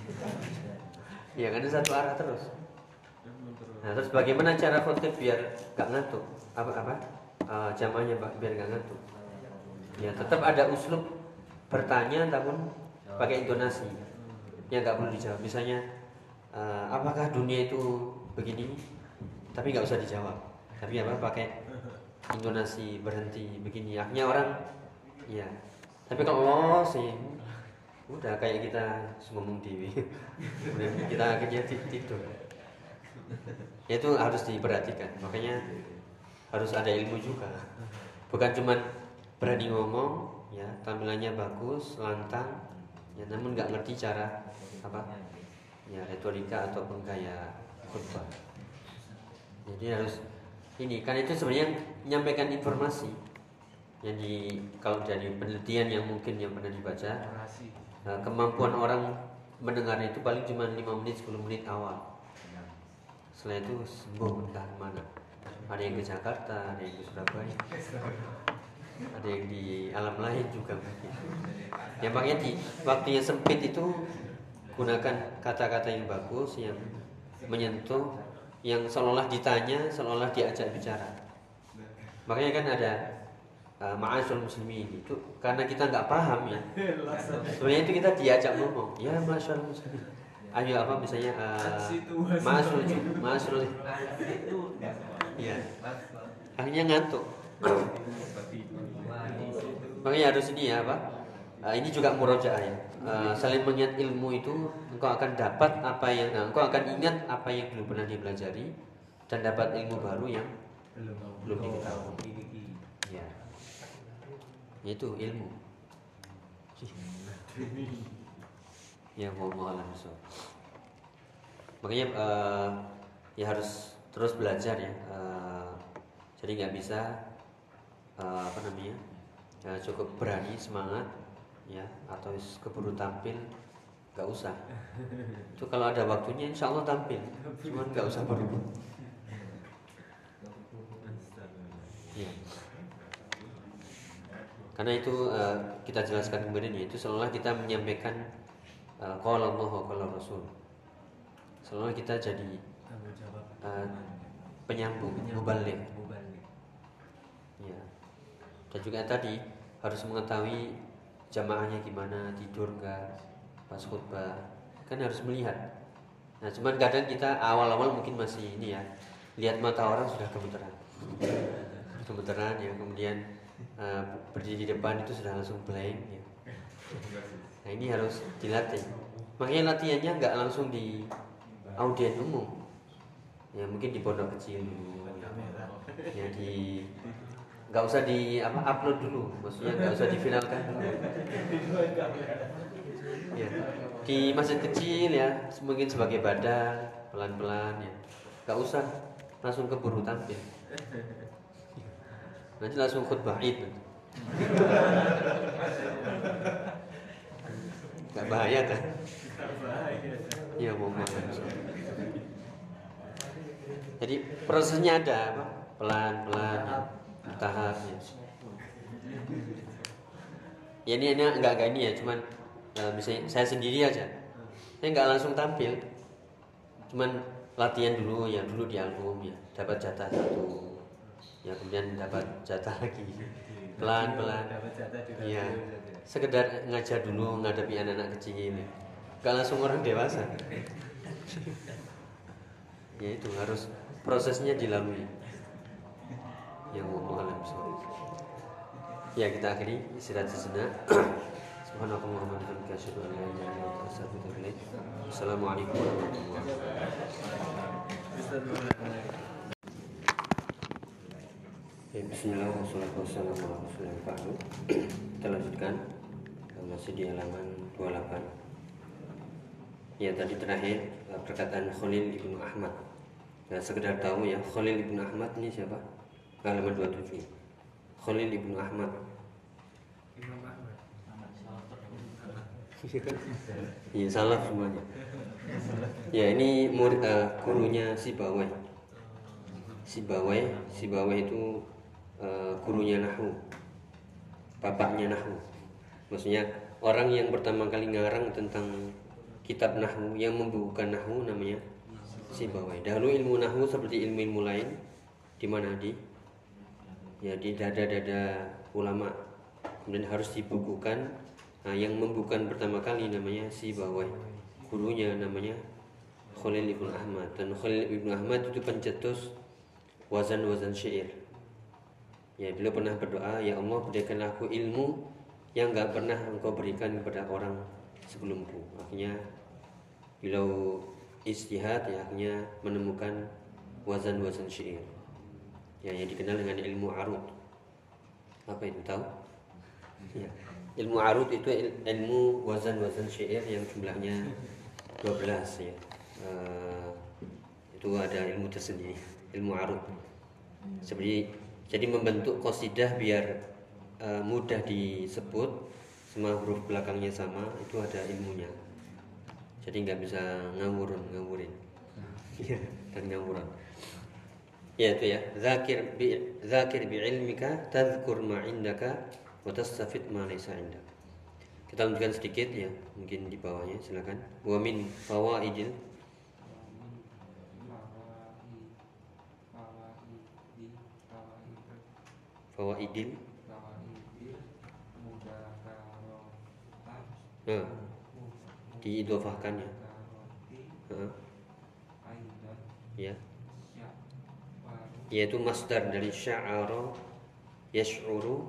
Ya, karena satu arah terus. Nah, terus bagaimana cara khotib biar gak ngantuk? Apa apa? Uh, jamaahnya biar gak ngantuk. Ya, tetap ada uslub bertanya namun pakai intonasi. Yang gak perlu dijawab. Misalnya, uh, apakah dunia itu begini? Tapi gak usah dijawab. Tapi apa? Pakai intonasi berhenti begini, akhirnya orang ya. Tapi kalau lo sih udah kayak kita ngomong di kita akhirnya tidur. Ya, itu harus diperhatikan. Makanya harus ada ilmu juga. Bukan cuman berani ngomong, ya tampilannya bagus, lantang, ya namun nggak ngerti cara apa, ya retorika ataupun gaya khutbah. Jadi harus ini kan itu sebenarnya menyampaikan informasi yang di kalau dari penelitian yang mungkin yang pernah dibaca, nah, kemampuan orang mendengar itu paling cuma lima menit sepuluh menit awal. Setelah itu sembuh entah kemana. Ada yang ke Jakarta, ada yang ke Surabaya, ada yang di alam lain juga mungkin. Ya makanya di waktu yang sempit itu gunakan kata-kata yang bagus, yang menyentuh, yang seolah ditanya, seolah diajak bicara. Makanya kan ada uh, ma'asyul muslimin itu karena kita nggak paham ya. Sebenarnya itu kita diajak ngomong, ya ma'asyul muslimin. Ayo apa misalnya uh, ma'asyul ma'asyul. Iya. Akhirnya ngantuk. Makanya harus ini ya apa? Uh, ini juga murojaah ya. Uh, saling mengingat ilmu itu engkau akan dapat apa yang nah, engkau akan ingat apa yang belum pernah dipelajari dan dapat ilmu baru yang Belum belum diketahui. Ya, itu ilmu. Ya mau alam so. Makanya uh, ya harus terus belajar ya. Uh, jadi nggak bisa uh, apa namanya uh, cukup berani semangat ya atau keburu tampil nggak usah. Itu kalau ada waktunya insya Allah tampil, cuman nggak usah buru-buru. Ya. Karena itu uh, kita jelaskan kemudian ya, itu seolah kita menyampaikan uh, qala Allah wa qala Rasul. Seolah kita jadi uh, penyambung, mubalik. Ya. Dan juga tadi harus mengetahui jamaahnya gimana, tidur enggak pas khutbah, kan harus melihat. Nah, cuman kadang kita awal-awal mungkin masih ini ya, lihat mata orang sudah gemeteran, gemeteran ya, kemudian uh, berdiri di depan itu sudah langsung blank ya. Nah, ini harus dilatih. Makanya latihannya nggak langsung di audien umum, ya mungkin di pondok kecil dulu, ya di nggak usah di apa upload dulu, maksudnya nggak usah diviralkan dulu. Ya, di masjid kecil ya, mungkin sebagai badal pelan-pelan ya, nggak usah langsung keburu tampil. Nanti langsung khutbah Id. Nggak bahaya kan? Iya, mau makan. Jadi prosesnya ada apa? Pelan-pelan ya, bertahap ya. Ya ini ini enggak enggak ini ya, cuman uh, misalnya saya sendiri aja, saya nggak langsung tampil, cuman latihan dulu ya, dulu di album ya, dapat jatah satu, ya kemudian dapat jatah lagi, pelan-pelan, ya sekedar ngajar dulu menghadapi anak-anak kecil, ya. Nggak langsung orang dewasa, ya itu harus prosesnya dilalui. Yang mau alam ya, kita akhiri istirahat sejenak. Subhanallah wa bihamdihi asyhadu an la ilaha illa anta astaghfiruka wa atubu ilaik. Assalamualaikum warahmatullahi wabarakatuh. Bismillah wassalatu wassalamu ala rasulillah. Kita lanjutkan, masih di halaman dua puluh delapan. Ya, tadi terakhir perkataan Khalil ibnu Ahmad. Nah, sekedar tahu ya, Khalil ibnu Ahmad ini siapa? Halaman dua puluh tujuh. Khalil ibnu Ahmad. Imam Ahmad. Iya, salah semuanya. Ya, ini murid uh, gurunya Sibawai. Sibawai, Sibawai itu uh, gurunya Nahwu. Bapaknya Nahwu. Maksudnya orang yang pertama kali ngarang tentang kitab Nahwu, yang membukukan Nahwu namanya Sibawai. Dahulu ilmu Nahwu seperti ilmu-ilmu lain di mana di ya di dada-dada ulama, kemudian harus dibukukan. Nah, yang membukukan pertama kali namanya Sibawai, gurunya namanya Khalil ibnu Ahmad. Dan Khalil ibnu Ahmad itu pencetus wazan-wazan syair. Ya, beliau pernah berdoa, ya Allah berikanlah aku ilmu yang gak pernah engkau berikan kepada orang sebelumku. Akhirnya beliau ijtihad, ya akhirnya menemukan wazan-wazan syair, ya yang dikenal dengan ilmu arud. Apa itu, tahu? Ya. Ilmu arud itu ilmu wazan-wazan syair yang jumlahnya dua belas ya. Uh, itu ada ilmu tersendiri, ilmu arud. Seperti jadi membentuk qasidah biar uh, mudah disebut, semua huruf belakangnya sama, itu ada ilmunya. Jadi nggak bisa ngawurun, ngawurin. Ya, dan ngawuran. Ya itu ya, zakir bi zakir bi ilmika tadhkur ma indaka wa tastafid ma laysa indak. Kita lanjutkan sedikit ya, mungkin di bawahnya silakan. Wa min fawaidil fawaidil nah, diidhofahkan ya. Heeh. Ya. Yaitu masdar dari sya'ara yash'uru,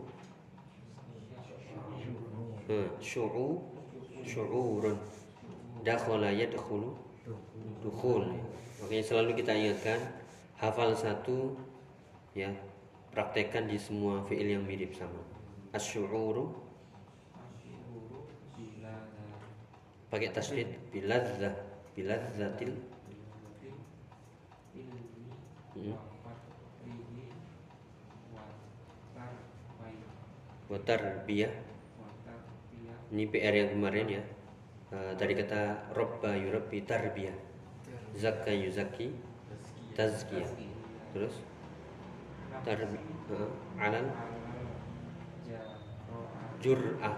hmm, syu'u syu'urun, dakhala yadkhulu dukhul. Makanya selalu kita ingatkan, hafal satu ya, praktekkan di semua fi'il yang mirip sama. Asy-syu'uru pakai tasdid, biladzah, biladzatil, hmm. wa tarbiyah, Ini P R yang kemarin ya. Uh, dari kata robba yurabbi tarbiyah, zakka yuzaki tazkiyah, terus tarbi uh, alal jur'ah.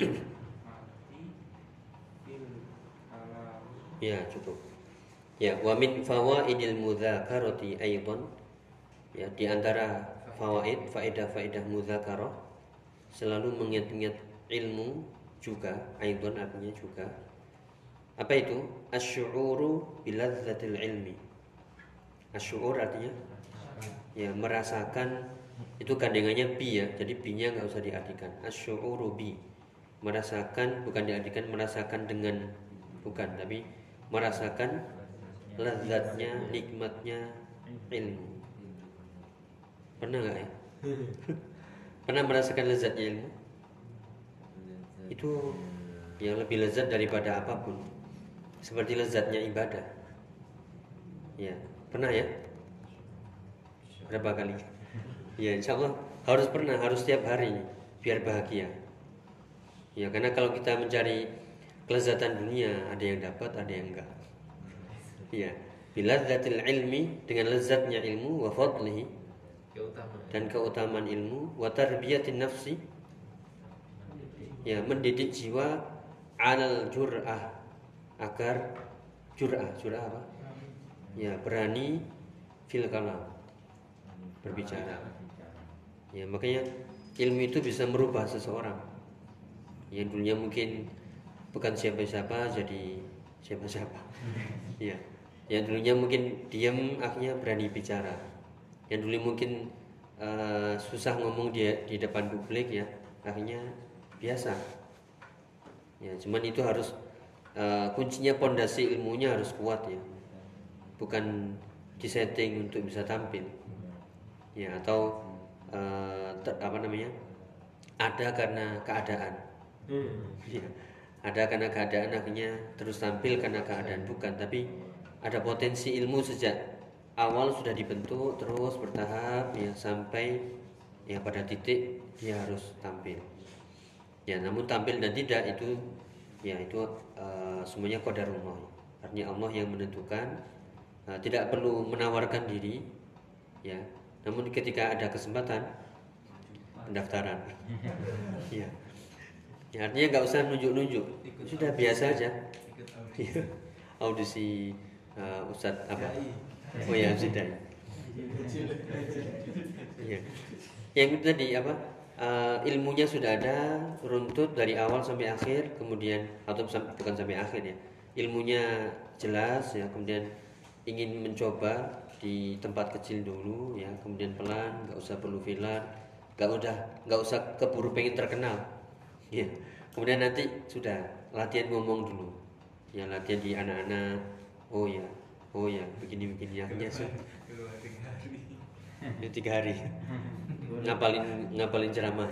Ya cukup. Ya, wa min fawaidil mudzakarati aidan, ya di antara fawaid, faedah-faedah mudzakarah, selalu mengingat-ingat ilmu juga, aidan artinya juga. Apa itu? Asy'uru bilazzatil ilmi. Asy'ur artinya ya merasakan, itu gandengannya bi ya, jadi bi-nya enggak usah diartikan. Asy'uru bi, merasakan, bukan diartikan merasakan dengan, bukan, tapi merasakan lezatnya, nikmatnya ilmu. Pernah nggak ya? Pernah merasakan lezatnya ilmu? Itu yang lebih lezat daripada apapun. Seperti lezatnya ibadah. Ya, pernah ya? Berapa kali? Ya, insya Allah harus pernah, harus setiap hari biar bahagia. Ya, karena kalau kita mencari kelezatan dunia, ada yang dapat, ada yang enggak. Ya, bilazzatil ilmi, dengan lezatnya ilmu, wa fadlihi, dan keutamaan ilmu, wa tarbiyatin nafsi, ya mendidik jiwa, alal jur'ah, agar jur'ah, jur'ah apa? Ya, berani fil kalam, berbicara. Ya, makanya ilmu itu bisa merubah seseorang. Yang dulunya mungkin bukan siapa-siapa jadi siapa-siapa. Ya. Yang dulunya mungkin diam, akhirnya berani bicara. Yang dulu mungkin uh, susah ngomong di, di depan publik ya, akhirnya biasa. Ya, cuman itu harus uh, kuncinya, pondasi ilmunya harus kuat ya. Bukan disetting untuk bisa tampil. Ya, atau uh, ter, apa namanya? Ada karena keadaan. Ya. Ada karena keadaan, akhirnya terus tampil karena keadaan, bukan, tapi ada potensi ilmu sejak awal sudah dibentuk, terus bertahap ya sampai ya pada titik dia harus tampil. Ya, namun tampil dan tidak itu ya itu uh, semuanya qadarullah. Artinya Allah yang menentukan, uh, tidak perlu menawarkan diri ya. Namun ketika ada kesempatan pendaftaran. Ya. Ya, artinya nggak usah nunjuk-nunjuk, sudah biasa aja. Audisi uh, Ustadz apa? Oh ya, sudah. Ya. Yang itu tadi apa? Uh, ilmunya sudah ada, runtut dari awal sampai akhir, kemudian atau bukan sampai akhir ya. Ilmunya jelas ya, kemudian ingin mencoba di tempat kecil dulu ya, kemudian pelan, nggak usah perlu filar, nggak udah, nggak usah keburu pengen terkenal. Ya, kemudian nanti sudah latihan ngomong dulu, ya latihan di anak-anak. Oh ya, oh ya, begini-begini akhirnya sudah. Ya, tiga hari ngapalin ngapalin ceramah.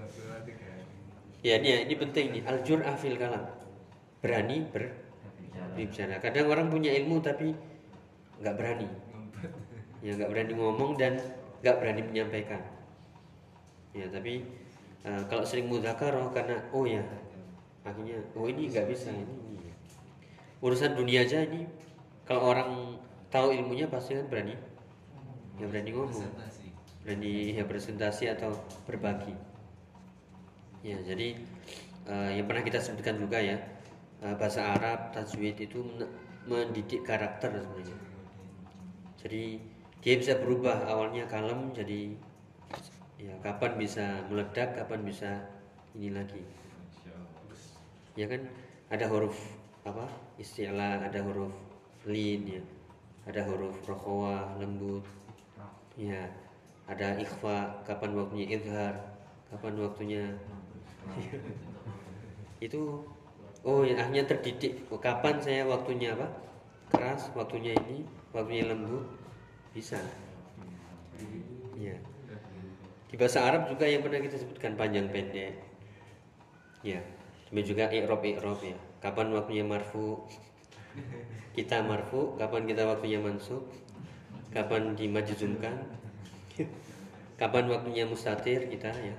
Ya, ini ini penting nih, al-jur'ah fil kalam, berani berbicara. Kadang orang punya ilmu tapi nggak berani, ya nggak berani ngomong dan nggak berani menyampaikan. Ya, tapi uh, kalau sering mudzakarah karena oh ya, akhirnya oh ini nggak bisa, ini, ini urusan dunia aja ini. Kalau orang tahu ilmunya pasti kan berani, ya berani ngomong, berani ya presentasi atau berbagi. Ya, jadi uh, yang pernah kita sebutkan juga ya, uh, bahasa Arab tajwid itu mendidik karakter sebenarnya. Jadi dia bisa berubah, awalnya kalem jadi ya kapan bisa meledak, kapan bisa ini lagi. Ya kan ada huruf apa? Istilah, ada huruf lin ya. Ada huruf rokhawah, lembut. Ya, ada ikhfa, kapan waktunya izhar, kapan waktunya itu oh ya, akhirnya terdidik. Oh, kapan saya waktunya apa? Keras, waktunya ini, waktunya lembut, bisa. Ya. Di bahasa Arab juga yang pernah kita sebutkan panjang pendek. Ya, demikian juga i'rab i'rab ya. Kapan waktunya marfu? Kita marfu, kapan kita waktunya mansub? Kapan dimajzumkan? Kapan waktunya mustatir kita ya?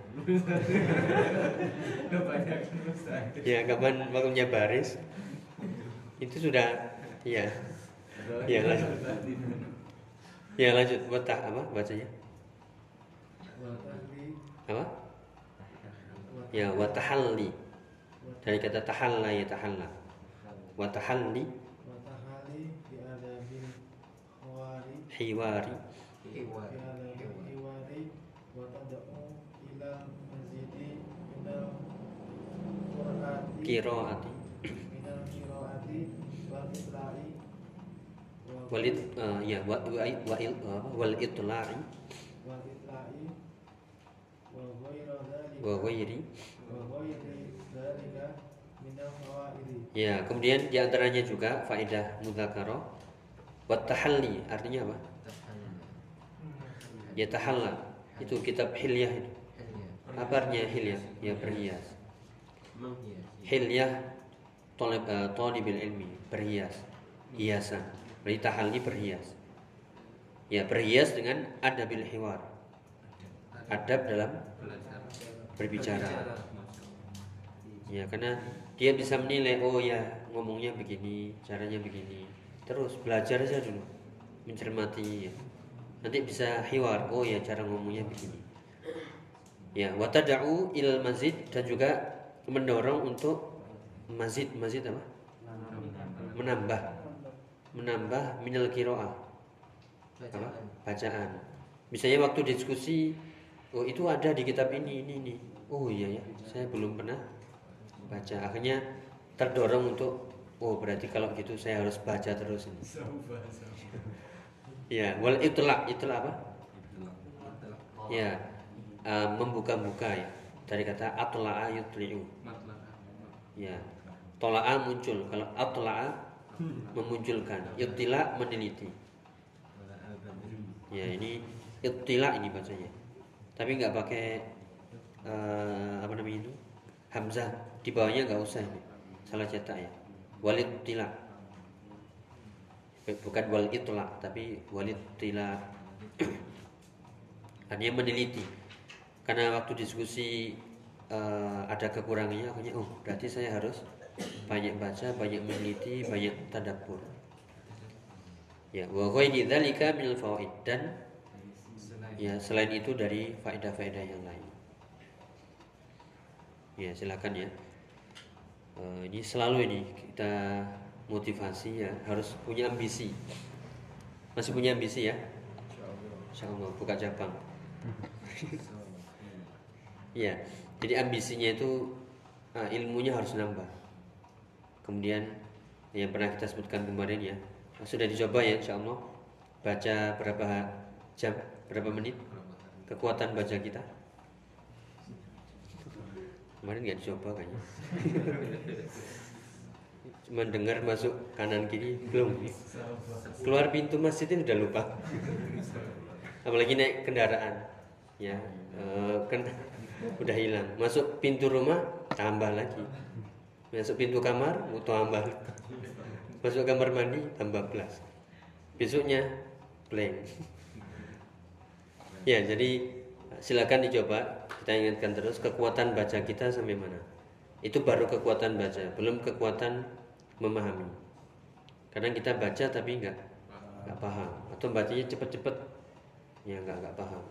Kebanyakan mustahil. Ya, kapan waktunya baris? Itu sudah ya. Ya lanjut. Ya lanjut. Watah apa bacanya? Watahli. Apa? Ya, watahalli. Dari kata tahalla ya tahalla. Watahalli Watahali bi adabil khawari hiwari bi adabil hiwari wa tad'u ila mazidi minal qur'ati qiraati minal qira'ati wal isla'i wa walid uh, ya wa wa wa il, uh, wal itla'i wal isla'i wa ghayra dhalika wa ghairi. wa ghayri dhalika minal fawaidi. Ya, kemudian diantaranya juga faedah mudzakarah wat tahalli artinya apa? Ya tahalla itu kitab hilyah itu. Apa artinya hilyah? Ya berhias. Hilyah talib uh, talibil ilmi, berhias, hiasan. Berarti tahalli berhias. Ya berhias dengan adabil hiwar. Adab dalam berbicara. Ya karena dia bisa menilai, oh ya ngomongnya begini, caranya begini. Terus belajar aja dulu, mencermati ya. Nanti bisa hiwar, oh ya cara ngomongnya begini. Ya, watada'u ilal mazid dan juga mendorong untuk mazid, mazid apa? Menambah, menambah minal qiraah. Apa? Bacaan. Misalnya waktu diskusi, oh itu ada di kitab ini, ini, ini. Oh iya ya, saya belum pernah baca. Akhirnya terdorong untuk, oh berarti kalau gitu saya harus baca terus ini. Ya, wal itla, itla apa? Ya, uh, membuka-buka ya. Dari kata atla'a yutli'u. Ya, tola'a muncul. Kalau atla'a memunculkan, yutla meneliti. Ya, ini itla ini bacanya. Tapi nggak pakai uh, apa namanya itu? Hamzah di bawahnya nggak usah ini. Salah cetak ya. Walid tila. Bukan wal itla tapi walid tila. Artinya meneliti. Karena waktu diskusi uh, ada kekurangannya, akhirnya oh berarti saya harus banyak baca, banyak meneliti, banyak tadabbur. Ya, wa ghairi dzalika minal fawaid dan ya selain itu dari faedah-faedah yang lain. Ya, silakan ya. Uh, ini selalu ini kita motivasi ya, harus punya ambisi. Masih punya ambisi ya? Insyaallah buka cabang. Ya, jadi ambisinya itu uh, ilmunya harus nambah. Kemudian yang pernah kita sebutkan kemarin ya, sudah dicoba ya insyaallah. Baca berapa jam, berapa menit? Kekuatan baca kita. Kemarin nggak dicoba kayaknya. Cuma dengar masuk kanan kiri belum. Keluar pintu masjid itu udah lupa. Apalagi naik kendaraan, ya uh, kan udah hilang. Masuk pintu rumah tambah lagi. Masuk pintu kamar mau tambah. Masuk kamar mandi tambah plus. Besoknya blank. Ya jadi silakan dicoba. Kita ingatkan terus kekuatan baca kita sampai mana. Itu baru kekuatan baca, belum kekuatan memahami. Kadang kita baca tapi enggak enggak paham atau bacanya cepet-cepet ya enggak enggak paham.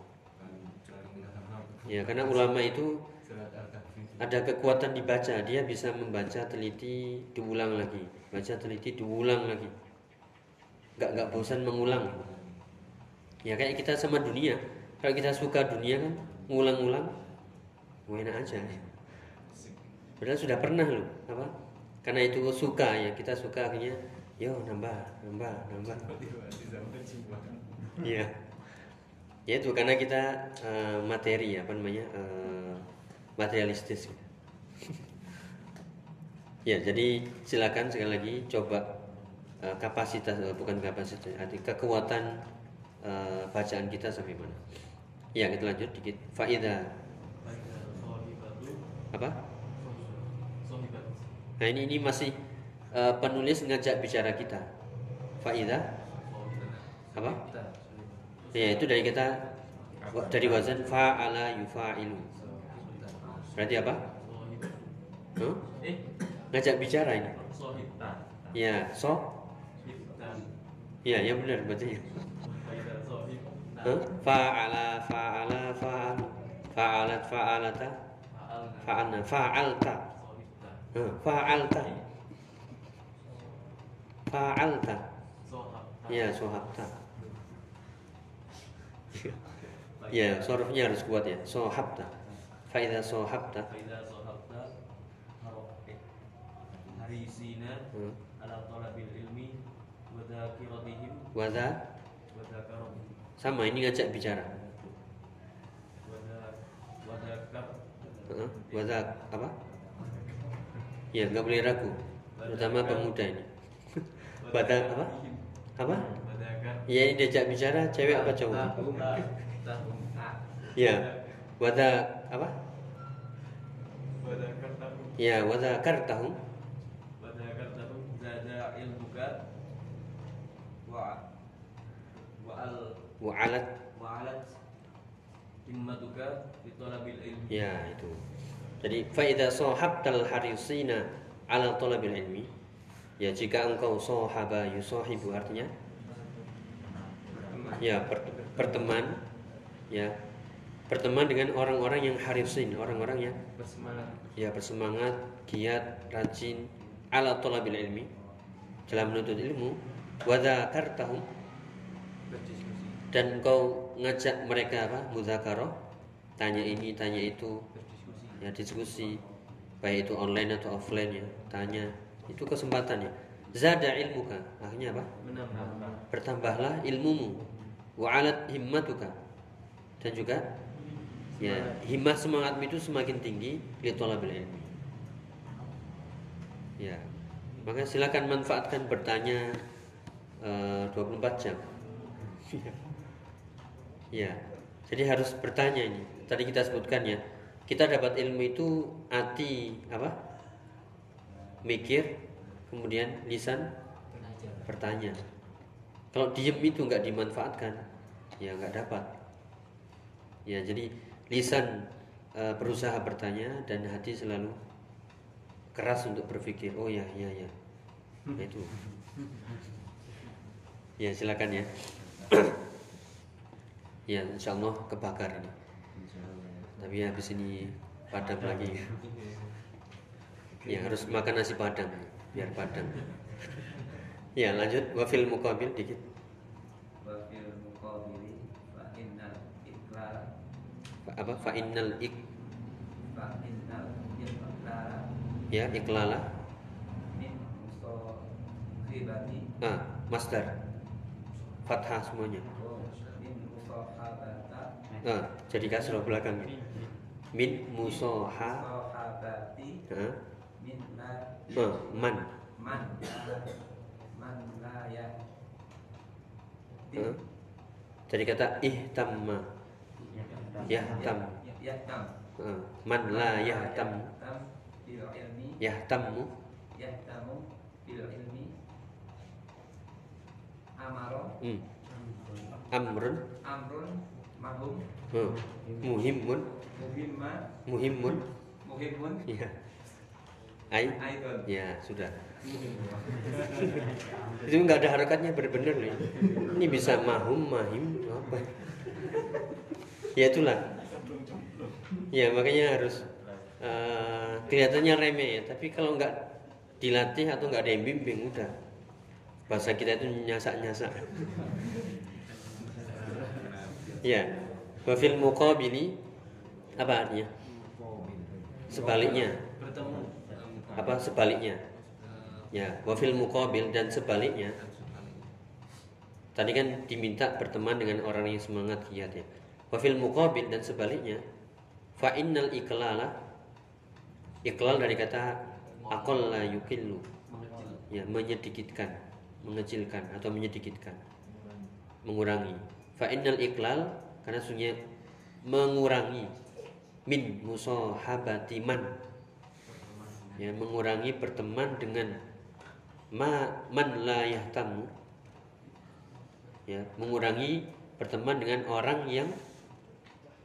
Ya karena ulama itu ada kekuatan dibaca, dia bisa membaca teliti diulang lagi, baca teliti diulang lagi. Enggak enggak bosan mengulang. Ya kayak kita sama dunia. Kalau kita suka dunia kan ngulang-ngulang enak aja. Padahal sudah pernah loh, apa? Karena itu suka ya, kita suka akhirnya yo nambah, nambah, nambah. Iya. Ya itu karena kita uh, materi apa namanya? Uh, materialistis. Ya, jadi silakan sekali lagi coba uh, kapasitas uh, bukan kapasitas, arti kekuatan uh, bacaan kita sampai mana. Ya, kita lanjut dikit. Faida apa? Nah ini ini masih uh, penulis ngajak bicara kita. Faida apa? Ya itu dari kata Wa- dari wazan fa'ala yufa'ilu. Berarti apa? Huh? Eh, Ngajak bicara ini. sohibta. Ya, so. Hibtan. Ya, yang benar bacanya. Faida sohibta. Huh? Fa'ala fa'ala fa'al. Fa'alat fa'alata. Fa'alna. Fa'alna fa'alta. Sohibta. Huh? Fa'alta. Fa'alta. Sohabta. Ya, sohabta. Ya, sorofnya harus kuat ya. Sohabta. Faida sohabta. Faida sohabta. Harokeh. Harisina. Hmm. Ala talabil ilmi. Wadhakiratihim. Waza Wadhakarahum. sama ini ngajak bicara. Wadha- Wadhakar. Huh? Waza apa? Ya, nggak boleh ragu. Terutama pemuda ini. Wada apa? Apa? Wadhakar. Ya, ini diajak bicara cewek apa cowok? Tahum. Tahum. Ya. Wada apa? Wadhakar tahum. Ya, wada kartahum. Wadhakar tahum. Zada ilmuka. Wa wa'al Wa'alat. wa'alat himmatuka fi talabil ilmi. Ya, itu. Jadi faida sohabtal harisina ala talabil ilmi. Ya, jika engkau sohaba yusohibu artinya ya per- berteman, ya berteman dengan orang-orang yang harisin, orang-orang yang Bersemangat. ya bersemangat, giat, rajin ala talabil ilmi, dalam menuntut ilmu, wa dzakartahum, Berdiskusi. dan engkau ngajak mereka apa? Mudzakarah, tanya ini, tanya itu, Berdiskusi. ya diskusi, baik itu online atau offline ya, tanya, itu kesempatannya. Zada ilmuka, akhirnya apa? Menambah. Bertambahlah ilmumu, wa'alat himmatuka, dan juga ya himmah semangatmu itu semakin tinggi li thalabil ilmi. Ya, maka silakan manfaatkan bertanya eh, dua puluh empat jam. Ya, jadi harus bertanya ini. Tadi kita sebutkan ya, kita dapat ilmu itu hati apa? Mikir, kemudian lisan bertanya. Kalau diem itu nggak dimanfaatkan, ya nggak dapat. Ya, jadi lisan e, berusaha bertanya dan hati selalu keras untuk berpikir. Oh ya, ya, ya. Nah, itu. Ya, silakan ya. Ya, insya Allah kebakar ini. Tapi habis ini padam lagi. Ya, harus makan nasi padang biar padam. Ya, lanjut wafil muqabil dikit. wa fil muqabili fa innal iqlala Fa- Apa fa innal ik fa innal iqlala ya iklala min musakhibati ah masdar fathah semuanya. min musahabata Ah, jadi kasroh belakang ini. Min musoha musahabati ah, min la ah, man man la man la ya ah. Jadi kata ihtamma yahtam yahtam ah, man la yahtam yahtam bil ilmi yahtammu yahtamu bil ilmi amaro hmm. amrun amrun mahum ah, muhimmun muhimma muhimmun muhimun ya ai aidon ya sudah. Itu nggak ada harokatnya benar-benar nih. Ini bisa mahum, mahim, apa? Ya itulah. Ya makanya harus uh, kelihatannya remeh ya. Tapi kalau nggak dilatih atau nggak ada yang bimbing udah. Bahasa kita itu nyasak-nyasak. Ya. Wafil muqabili apa artinya? Sebaliknya. Bertemu. Apa sebaliknya? Ya, wafil muqabil dan sebaliknya. Tadi kan diminta berteman dengan orang yang semangat giat ya. Wafil muqabil dan sebaliknya. Fa innal iqlala, iqlal dari kata aqalla yuqillu. Ya, menyedikitkan, mengecilkan atau menyedikitkan. Mengurangi. Fa innal iqlal karena sunnya mengurangi min musahabati man. Ya, mengurangi berteman dengan ma man la yahtamu, ya mengurangi berteman dengan orang yang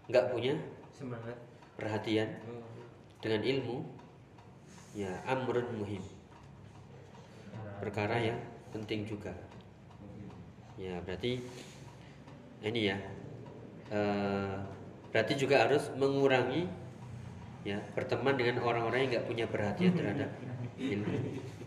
nggak punya Semangat. perhatian dengan ilmu, ya amrun muhim, perkara yang penting juga. Ya berarti ini ya, uh, berarti juga harus mengurangi ya berteman dengan orang-orang yang nggak punya perhatian terhadap ilmu.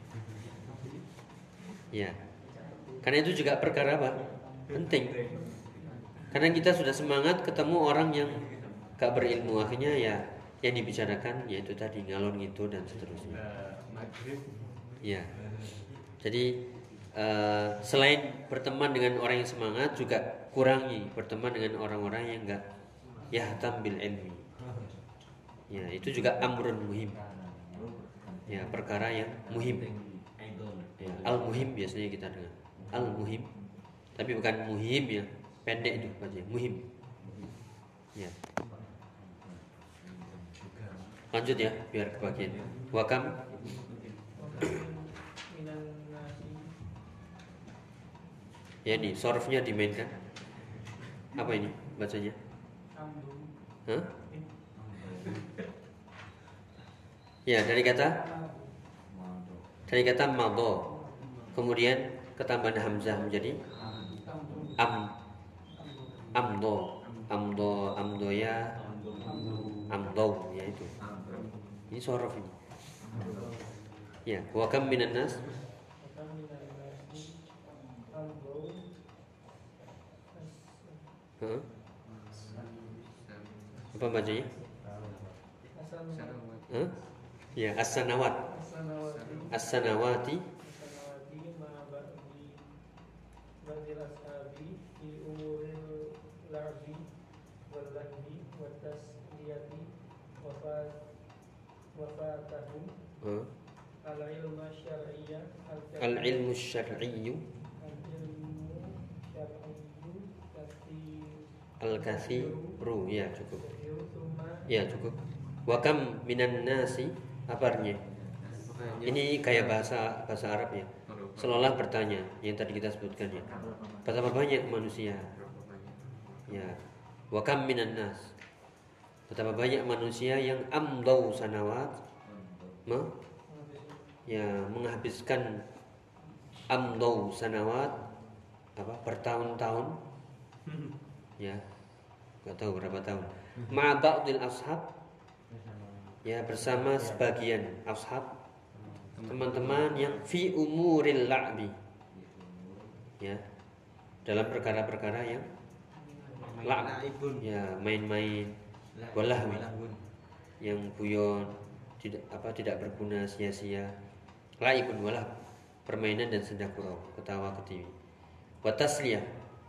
Ya, karena itu juga perkara apa? Penting. Karena kita sudah semangat ketemu orang yang gak berilmu, akhirnya ya yang dibicarakan yaitu tadi ngalor gitu dan seterusnya. Ya, jadi uh, selain berteman dengan orang yang semangat, juga kurangi berteman dengan orang-orang yang gak yahtam bil ilmi. Ya, itu juga amrun muhim. Ya, perkara yang muhim. Ya, al muhim biasanya kita dengar. Al muhim, tapi bukan muhim ya pendek itu aja, muhim. Ya. Lanjut ya, biar kebagian. Wakam minan nasi ya ini sorofnya dimainkan. Apa ini bacanya? amdum Hah? Ya, dari kata dari kata madho, kemudian ketambahan hamzah menjadi am amdo amdo amdoya amdo, ya itu. Ini sorof ini. Ya, wa kam minan nas. akan minan nasi amdum Hah? Apa bacanya? asal Hah? Ya, as-sanawat. asanawati As-sanawati asanawati ma ba'di ba'dil ashabi fi umuril larbi wal lahbi wa tasliyati wafat wafatahum Hah? al ilma syar'iyyah Al-ilmu syar'iyyu al ilmu syar'iyyu kasih al-kathiru. Ya, cukup. summa Ya, cukup. Wa kam minan nasi, apa artinya? Ini kayak bahasa bahasa Arab ya. Seolah bertanya yang tadi kita sebutkan ya. Betapa banyak manusia. Ya. Wa kam minan nas. Betapa banyak manusia yang amdau sanawat, ma? Ya, menghabiskan amdau sanawat apa bertahun-tahun. Ya. Enggak tahu berapa tahun. Ma ba'dil ashab, ya bersama sebagian ashab, teman-teman yang fi umuril la'bi, ya dalam perkara-perkara yang la'b, ya main-main, walahwi, yang guyon, tidak apa tidak berguna, sia-sia, la'ibun walah, permainan dan senda gurau, ketawa ketiwi, wa tasliyah,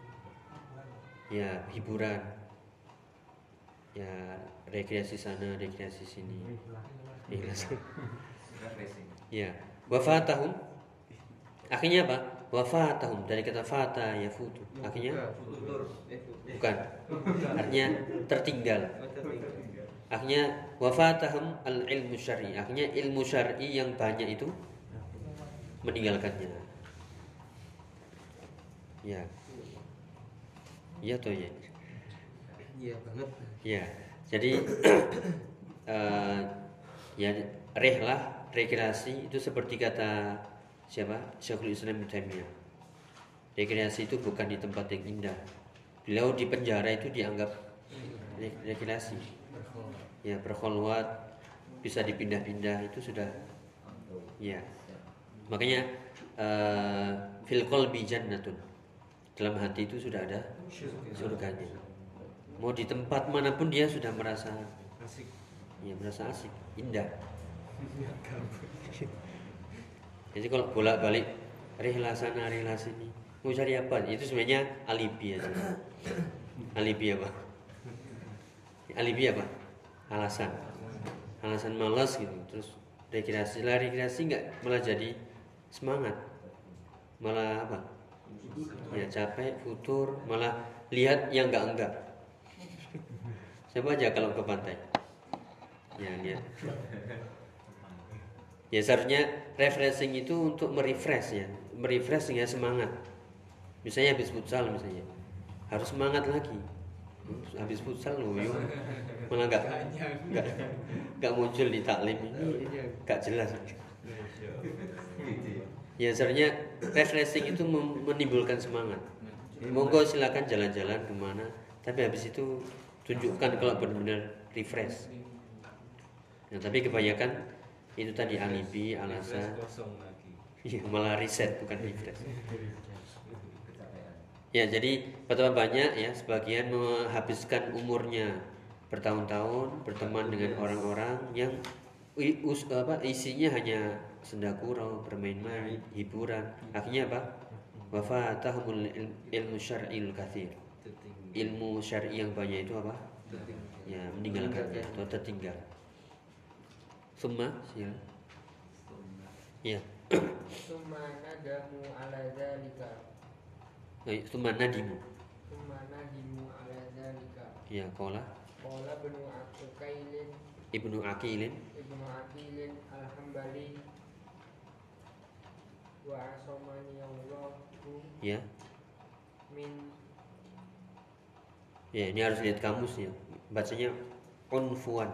ya hiburan, ya rekreasi sana, rekreasi sini. Ikhlas. Ya, wafatahum. Akhirnya apa? Wafatahum dari kata fata yafutu. Akhirnya bukan. Artinya tertinggal. Akhirnya wafatahum al-ilmu syar'i. Akhirnya ilmu syar'i yang banyak itu meninggalkannya. Ya. Iya toh ya. Iya banget. Ya, jadi uh, ya rehlah, rekreasi itu seperti kata siapa? Syekhul Islam Ibnu Taimiyah. Rekreasi itu bukan di tempat yang indah. Beliau di penjara itu dianggap rekreasi. Ya, berkhulwat, bisa dipindah-pindah, itu sudah. Ya, makanya uh, fil qalbi jannatun. Dalam hati itu sudah ada surganya. Mau di tempat manapun dia sudah merasa Asik. ya merasa asik, indah. Jadi kalau bolak-balik rihlah sana, rihlah sini, mau cari apa? Itu sebenarnya alibi aja. Alibi apa? Alibi apa? Alasan. Alasan malas gitu. Terus rekreasi lah, rekreasi nggak malah jadi semangat. Malah apa? Ya capek, futur, malah lihat yang enggak-enggak. Coba aja kalau ke pantai. Ya lihat. Ya seharusnya refreshing itu untuk merefresh ya, merefresh sehingga semangat. Misalnya habis futsal misalnya, harus semangat lagi. habis futsal loyo malah nggak nggak nggak muncul di taklim ini nggak jelas. Ya sebenarnya refreshing itu menimbulkan semangat. Monggo silakan jalan-jalan kemana, tapi habis itu tunjukkan kalau benar-benar refresh. Ya, tapi kebanyakan itu tadi alibi, alasan. Iya, malah riset bukan refresh. Ya, jadi betapa banyak ya sebagian menghabiskan umurnya bertahun-tahun berteman dengan orang-orang yang us, apa, isinya hanya senda gurau, bermain-main, hiburan. Akhirnya apa? Wafatahumul ilmu syar'il katsir. Ilmu syar'i yang banyak itu apa? Ya, meninggalkannya atau tertinggal. Summa, ya. Ya. Summa nadamu ala dzalika. Ya, summa nadimu. Summa nadimu ala dzalika. Ya, qala. Qala ibnu Aqilin. Ibnu Aqilin. Ibnu Aqilin al-Hambali wa asomani Allahu. Ya. Min. Ya, ini harus lihat kamusnya. Bacanya unfuan.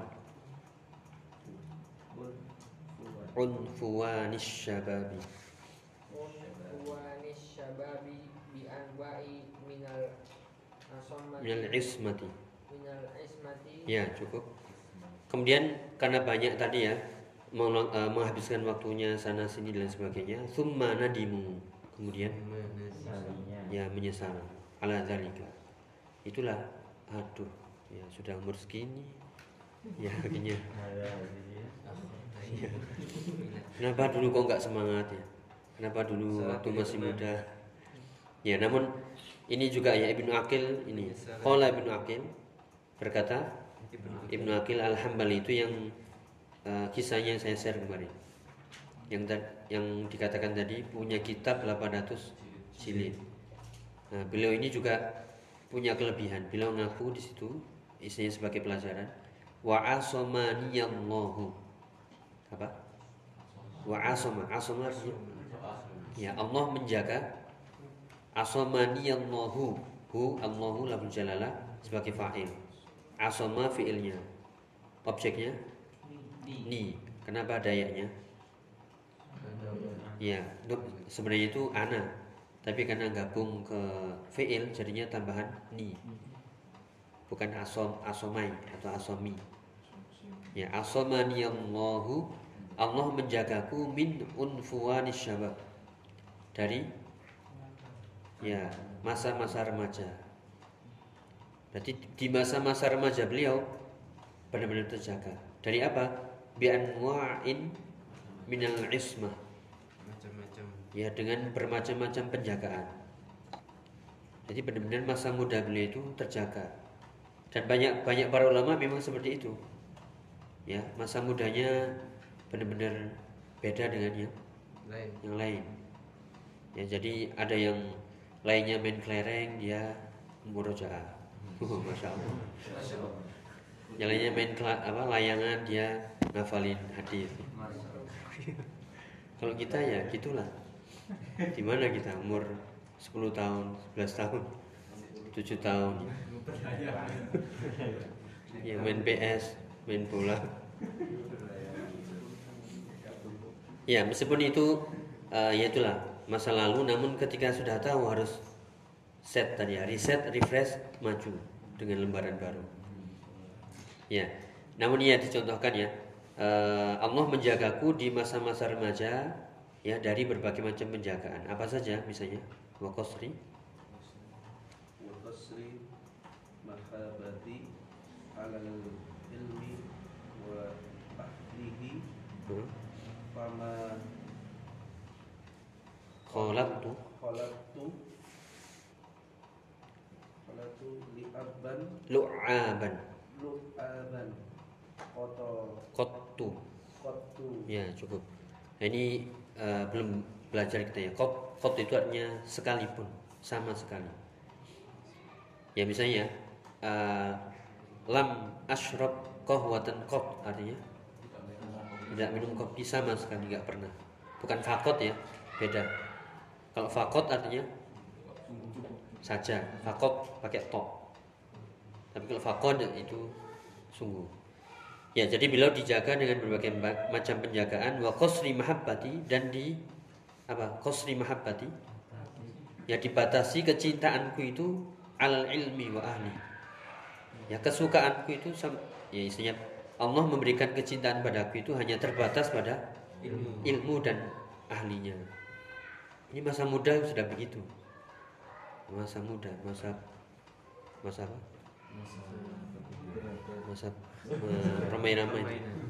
Unfuwanis syababi. Unfuwanis syababi bi anwa'i minal asomati. Minal ismati. Minal ismati. Ya, cukup. Kemudian karena banyak tadi ya menghabiskan waktunya sana sini dan sebagainya, summa nadimu. Kemudian ya menyesal ala zalika. Itulah, aduh, ya sudah umur segini. Ya akhirnya. Ya. Kenapa dulu kok nggak semangat ya? Kenapa dulu waktu masih muda? Ya, namun ini juga ya Ibnu Aqil ini. Qala Ibnu Aqil berkata, Ibnu Aqil al-Hambali itu yang uh, kisahnya saya share kemarin. Yang tad, yang dikatakan tadi punya kitab delapan ratus jilid. Nah, beliau ini juga punya kelebihan. Beliau ngaku di situ isinya sebagai pelajaran. Wa asomaniyallahu. Apa? Wa asoma, asoma artinya ya Allah menjaga. Asomaniyallahu, hu Allahu lafzul jalalah sebagai fa'il. Asoma fi'ilnya. Objeknya ni. Kenapa dayanya? Ya, sebenarnya itu ana, tapi karena gabung ke fi'il jadinya tambahan ni. Bukan asom, asomai atau asomi. Ya, asomaniyallahu, Allah menjagaku min unfuwanis syabab, dari ya masa-masa remaja. Berarti di masa-masa remaja beliau benar-benar terjaga. Dari apa? Bi anwa'in minal ismah. Macam-macam. Ya, dengan bermacam-macam penjagaan. Jadi benar-benar masa muda beliau itu terjaga. Dan banyak banyak para ulama memang seperti itu. Ya, masa mudanya benar-benar beda dengan yang Lain. yang lain. Ya, jadi ada yang lainnya main kelereng, dia murojaah. Oh, Masya Allah. Yang lainnya main kela, apa layangan, dia ngafalin hadis. Kalau kita ya gitulah. Di mana kita umur sepuluh tahun, sebelas tahun, tujuh tahun. Ya main P S, main bola. Ya, meskipun itu uh, ya itulah masa lalu, namun ketika sudah tahu harus set tadi ya, reset, refresh, maju dengan lembaran baru. Ya, namun ya dicontohkan ya, uh, Allah menjagaku di masa-masa remaja ya dari berbagai macam penjagaan. Apa saja misalnya? Wa qasri, Wa qasri mahabati alal ilmi wa ahlihi hmm. fama khalaqtu khalaqtu khalaqtu li'abban lu'aban lu'aban koto qattu. kotu. Ya, cukup. Nah, ini uh, belum belajar kita ya. Qat, qat itu artinya sekalipun, sama sekali. Ya misalnya uh, lam ashrab qahwatan qat artinya tidak minum kopi sama sekali, nggak pernah. Bukan fakot ya, beda. Kalau fakot artinya saja, fakot pakai to. Tapi kalau faqad itu sungguh. Ya, jadi beliau dijaga dengan berbagai macam penjagaan wa qasri mahabbati dan di apa? Qasri mahabbati. Ya dibatasi kecintaanku itu al ilmi wa ahli. Ya kesukaanku itu ya isinya Allah memberikan kecintaan padaku itu hanya terbatas pada ilmu, ilmu dan ahlinya. Ini masa muda sudah begitu. Masa muda, masa masa apa? Masa uh, ramai-ramai.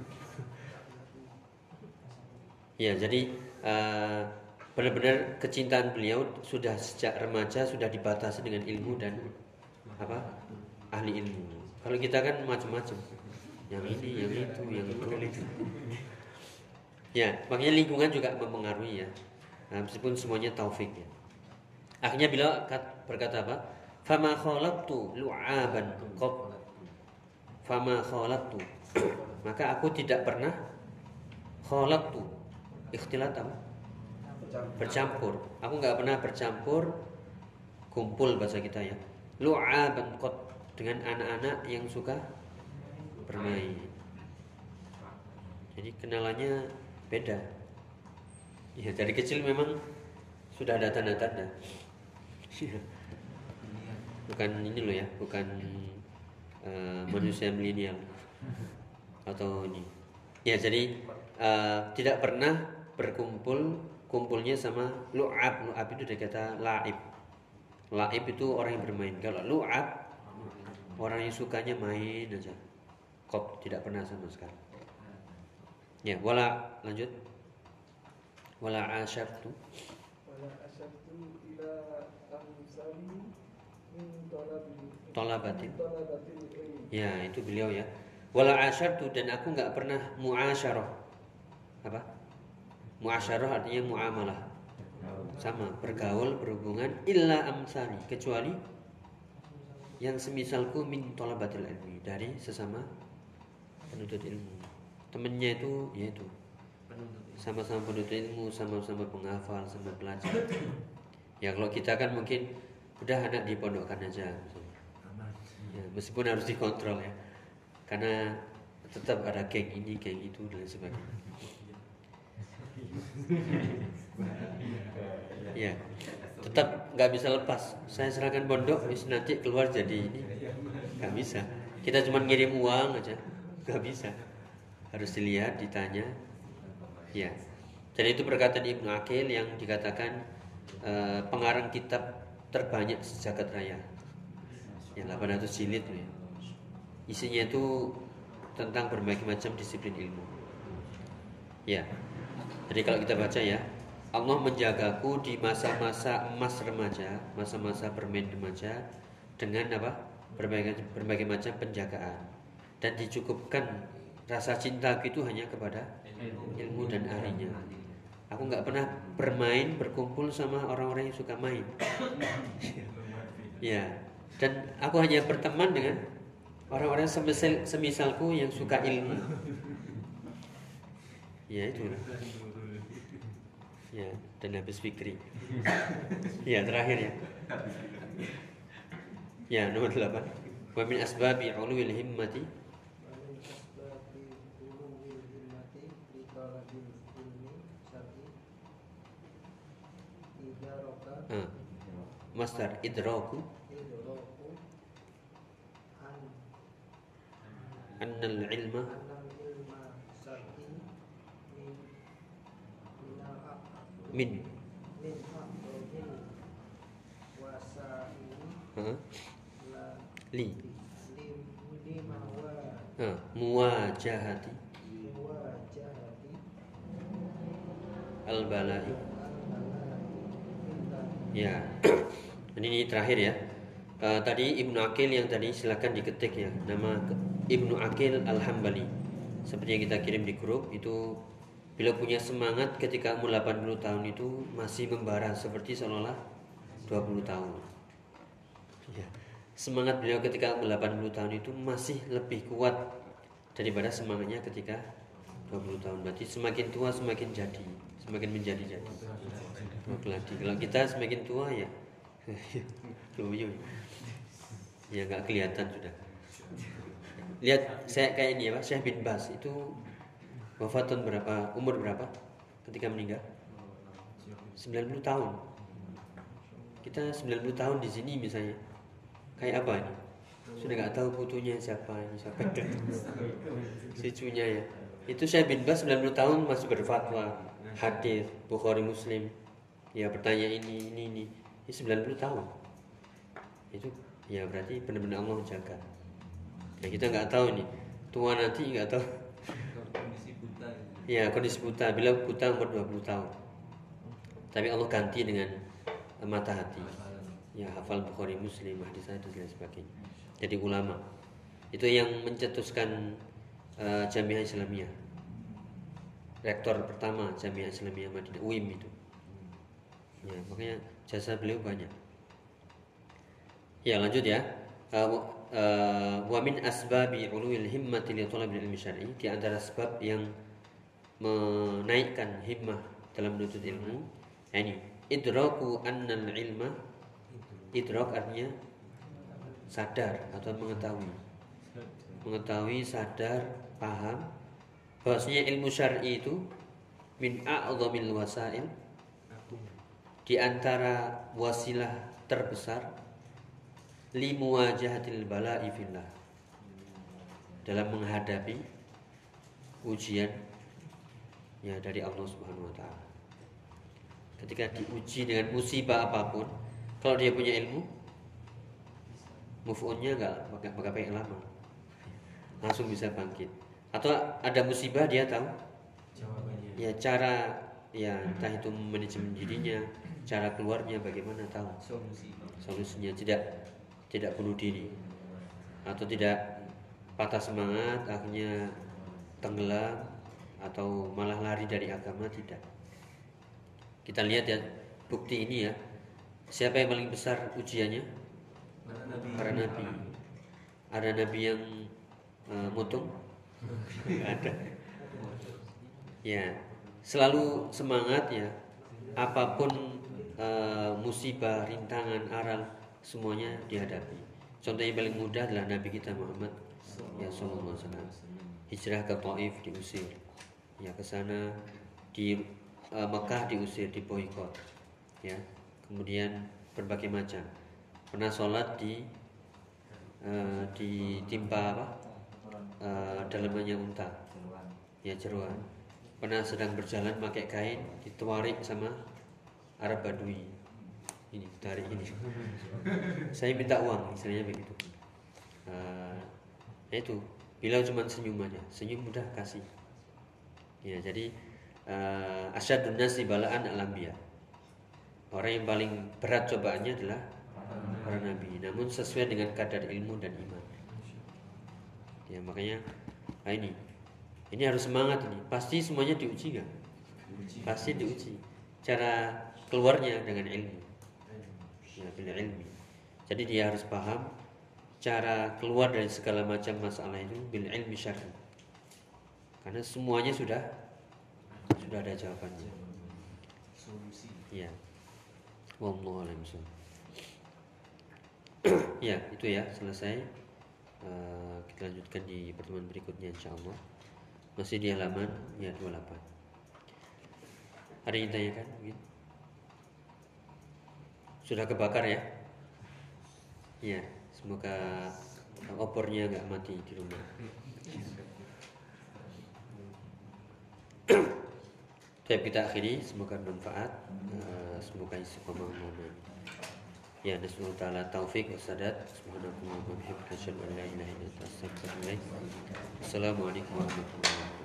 Ya, jadi uh, benar-benar kecintaan beliau sudah sejak remaja sudah dibatasi dengan ilmu dan apa? Ahli ilmu. Kalau kita kan macam-macam. Yang ini, yang itu, yang itu. Ya, makanya lingkungan juga mempengaruhi ya. Nah, meskipun semuanya taufik ya. Akhirnya beliau berkata apa? Fama khalaqtu lu'aban qab. Fama khalaqtu. Maka aku tidak pernah khalaqtu. Ikhtilat apa? Bercampur. Aku enggak pernah bercampur kumpul bahasa kita ya. Lu'aban qab dengan anak-anak yang suka bermain. Jadi kenalannya beda. Ya dari kecil memang sudah ada tanda-tanda. Bukan ini loh ya, bukan uh, manusia milenial atau ini. Ya jadi uh, tidak pernah berkumpul kumpulnya sama lu'ab. Lu'ab itu dari kata la'ib. La'ib itu orang yang bermain. Kalau lu'ab orang yang sukanya main aja. Kok tidak pernah sama sekali. Ya, wala lanjut. Wala asyaftu. Wala asyaftu ila amsali min talabi. Talabatin. Talabatil ilmi. Ya, itu beliau ya. Wala asyaftu dan aku enggak pernah muasyarah. Apa? Muasyarah artinya muamalah. Sama, bergaul, berhubungan illa amsali, kecuali yang semisalku min talabatil ilmi, dari sesama penuntut ilmu. Temennya itu yaitu sama-sama penuntut ilmu, sama-sama penghafal, sama belajar. Ya kalau kita kan mungkin udah anak dipondokkan aja misalnya. Ya, meskipun harus dikontrol ya. Karena tetap ada geng ini, geng itu dan sebagainya. Ya, tetap nggak bisa lepas. Saya serahkan pondok, nanti keluar jadi ini, nggak bisa. Kita cuma ngirim uang aja, nggak bisa. Harus dilihat, ditanya. Ya, jadi itu perkataan Ibnu Aqil yang dikatakan uh, pengarang kitab terbanyak sejagat raya. Ya, delapan ratus jilid ya. Isinya itu tentang berbagai macam disiplin ilmu. Ya, jadi kalau kita baca ya, Allah menjagaku di masa-masa emas remaja, masa-masa bermain remaja dengan apa? Berbagai, berbagai macam penjagaan, dan dicukupkan rasa cintaku itu hanya kepada ilmu dan ahlinya. Aku nggak pernah bermain, berkumpul sama orang-orang yang suka main. Ya, dan aku hanya berteman dengan orang-orang semisal, semisalku yang suka ilmu. Ya itu. Ya, dan habis fikri. Ya, terakhir ya. Ya, nomor delapan. Wa min asbabi ulul himmati ah, masdar idraku annal ilma min ha li ha muwajahati al balai. Ya, ini terakhir ya. Uh, tadi Ibnu Aqil yang tadi silakan diketik ya, nama Ibnu Aqil Al-Hambali. Seperti yang kita kirim di grup itu, beliau punya semangat ketika umur delapan puluh tahun itu masih membara seperti seolah-olah dua puluh tahun. Ya. Semangat beliau ketika umur delapan puluh tahun itu masih lebih kuat daripada semangatnya ketika dua puluh tahun. Berarti semakin tua semakin jadi, semakin menjadi-jadi. Kalau kita semakin tua ya loyo. Ya nggak kelihatan sudah. Lihat saya kayak ini ya Pak, Syekh bin Baz itu wafat tahun berapa, umur berapa ketika meninggal? sembilan puluh tahun. Kita sembilan puluh tahun di sini misalnya, kayak apa ini? Sudah nggak tahu putunya siapa ini, siapa cucunya ya. Itu Syekh bin Baz sembilan puluh tahun masih berfatwa hadis Bukhari Muslim. Ya bertanya ini ini ini. Ini sembilan puluh tahun. Itu ya berarti benar-benar Allah menjaga. Ya kita nggak tahu nih, tua nanti nggak tahu. Kondisi buta. Ya kondisi buta, bila buta umur dua puluh tahun. Tapi Allah ganti dengan mata hati. Ya hafal Bukhari Muslim, hadis dan lain sebagainya. Jadi ulama. Itu yang mencetuskan uh, Jamiah Islamiyah. Rektor pertama Jamiah Islamiyah Madinah, U I M itu. Ya, makanya jasa beliau banyak. Ya lanjut ya. Uh, uh, wa min asbabi ulul himmati li thalabil ilmi syar'i, di antara sebab yang menaikkan himmah dalam menuntut ilmu, yani idraku annal ilma, idrak artinya sadar atau mengetahui. Mengetahui, sadar, paham bahwasanya ilmu syar'i itu min a'dhamil wasail, di antara wasilah terbesar li muwajahatil bala'i fillah, dalam menghadapi ujian ya dari Allah Subhanahu wa taala. Ketika diuji dengan musibah apapun, kalau dia punya ilmu, move on-nya enggak enggak pakai lama. Langsung bisa bangkit. Atau ada musibah dia tahu Jawabannya. ya cara ya entah itu manajemen dirinya, cara keluarnya bagaimana tahu. Solusi. Solusinya tidak tidak bunuh diri atau tidak patah semangat akhirnya tenggelam atau malah lari dari agama, tidak. Kita lihat ya bukti ini ya. Siapa yang paling besar ujiannya? Para nabi. Ada nabi yang uh, mutung? Nggak ada. Ya, selalu semangat ya. Apapun uh, musibah, rintangan, aral, semuanya dihadapi. Contoh yang paling mudah adalah Nabi kita Muhammad ya sallallahu alaihi wasallam. Hijrah ke Taif diusir. Ya ke sana di uh, Mekah diusir, diboikot. Ya. Kemudian berbagai macam. Pernah sholat di uh, ditimpa apa? Uh, dalamannya unta. Ya jeruan. Pernah sedang berjalan pakai kain ditarik sama Arab Badui. Ini tarik ini. Saya minta uang, misalnya begitu. Uh, itu bila cuma senyum aja, senyum mudah kasih. Ya jadi uh, asyadun nasi balaan al-anbiya. Orang yang paling berat cobaannya adalah para nabi, namun sesuai dengan kadar ilmu dan iman. Ya makanya nah ini, ini harus semangat ini. Pasti semuanya diuji nggak? Pasti diuji. Cara keluarnya dengan ilmu. Ya bil ilmi. Jadi dia harus paham cara keluar dari segala macam masalah itu bil ilmi syar'i. Karena semuanya sudah sudah ada jawabannya. Solusi. Ya. Wallahu a'lam bishawab. Ya, itu ya selesai. Uh, kita lanjutkan di pertemuan berikutnya insyaallah. Masih di halaman ya dua puluh delapan. Ada yang tanyakan mungkin? Sudah kebakar ya? Ya, semoga opornya enggak mati di rumah. Baik, kita akhiri, semoga bermanfaat. Uh, semoga istiqomah momen. Ya, nasallahu taala taufik wa sadat. Subhanallah wa bihamdihi asyhadu an la ilaha illa anta astaghfiruka wa atubu ilaik. Assalamualaikum warahmatullahi wabarakatuh.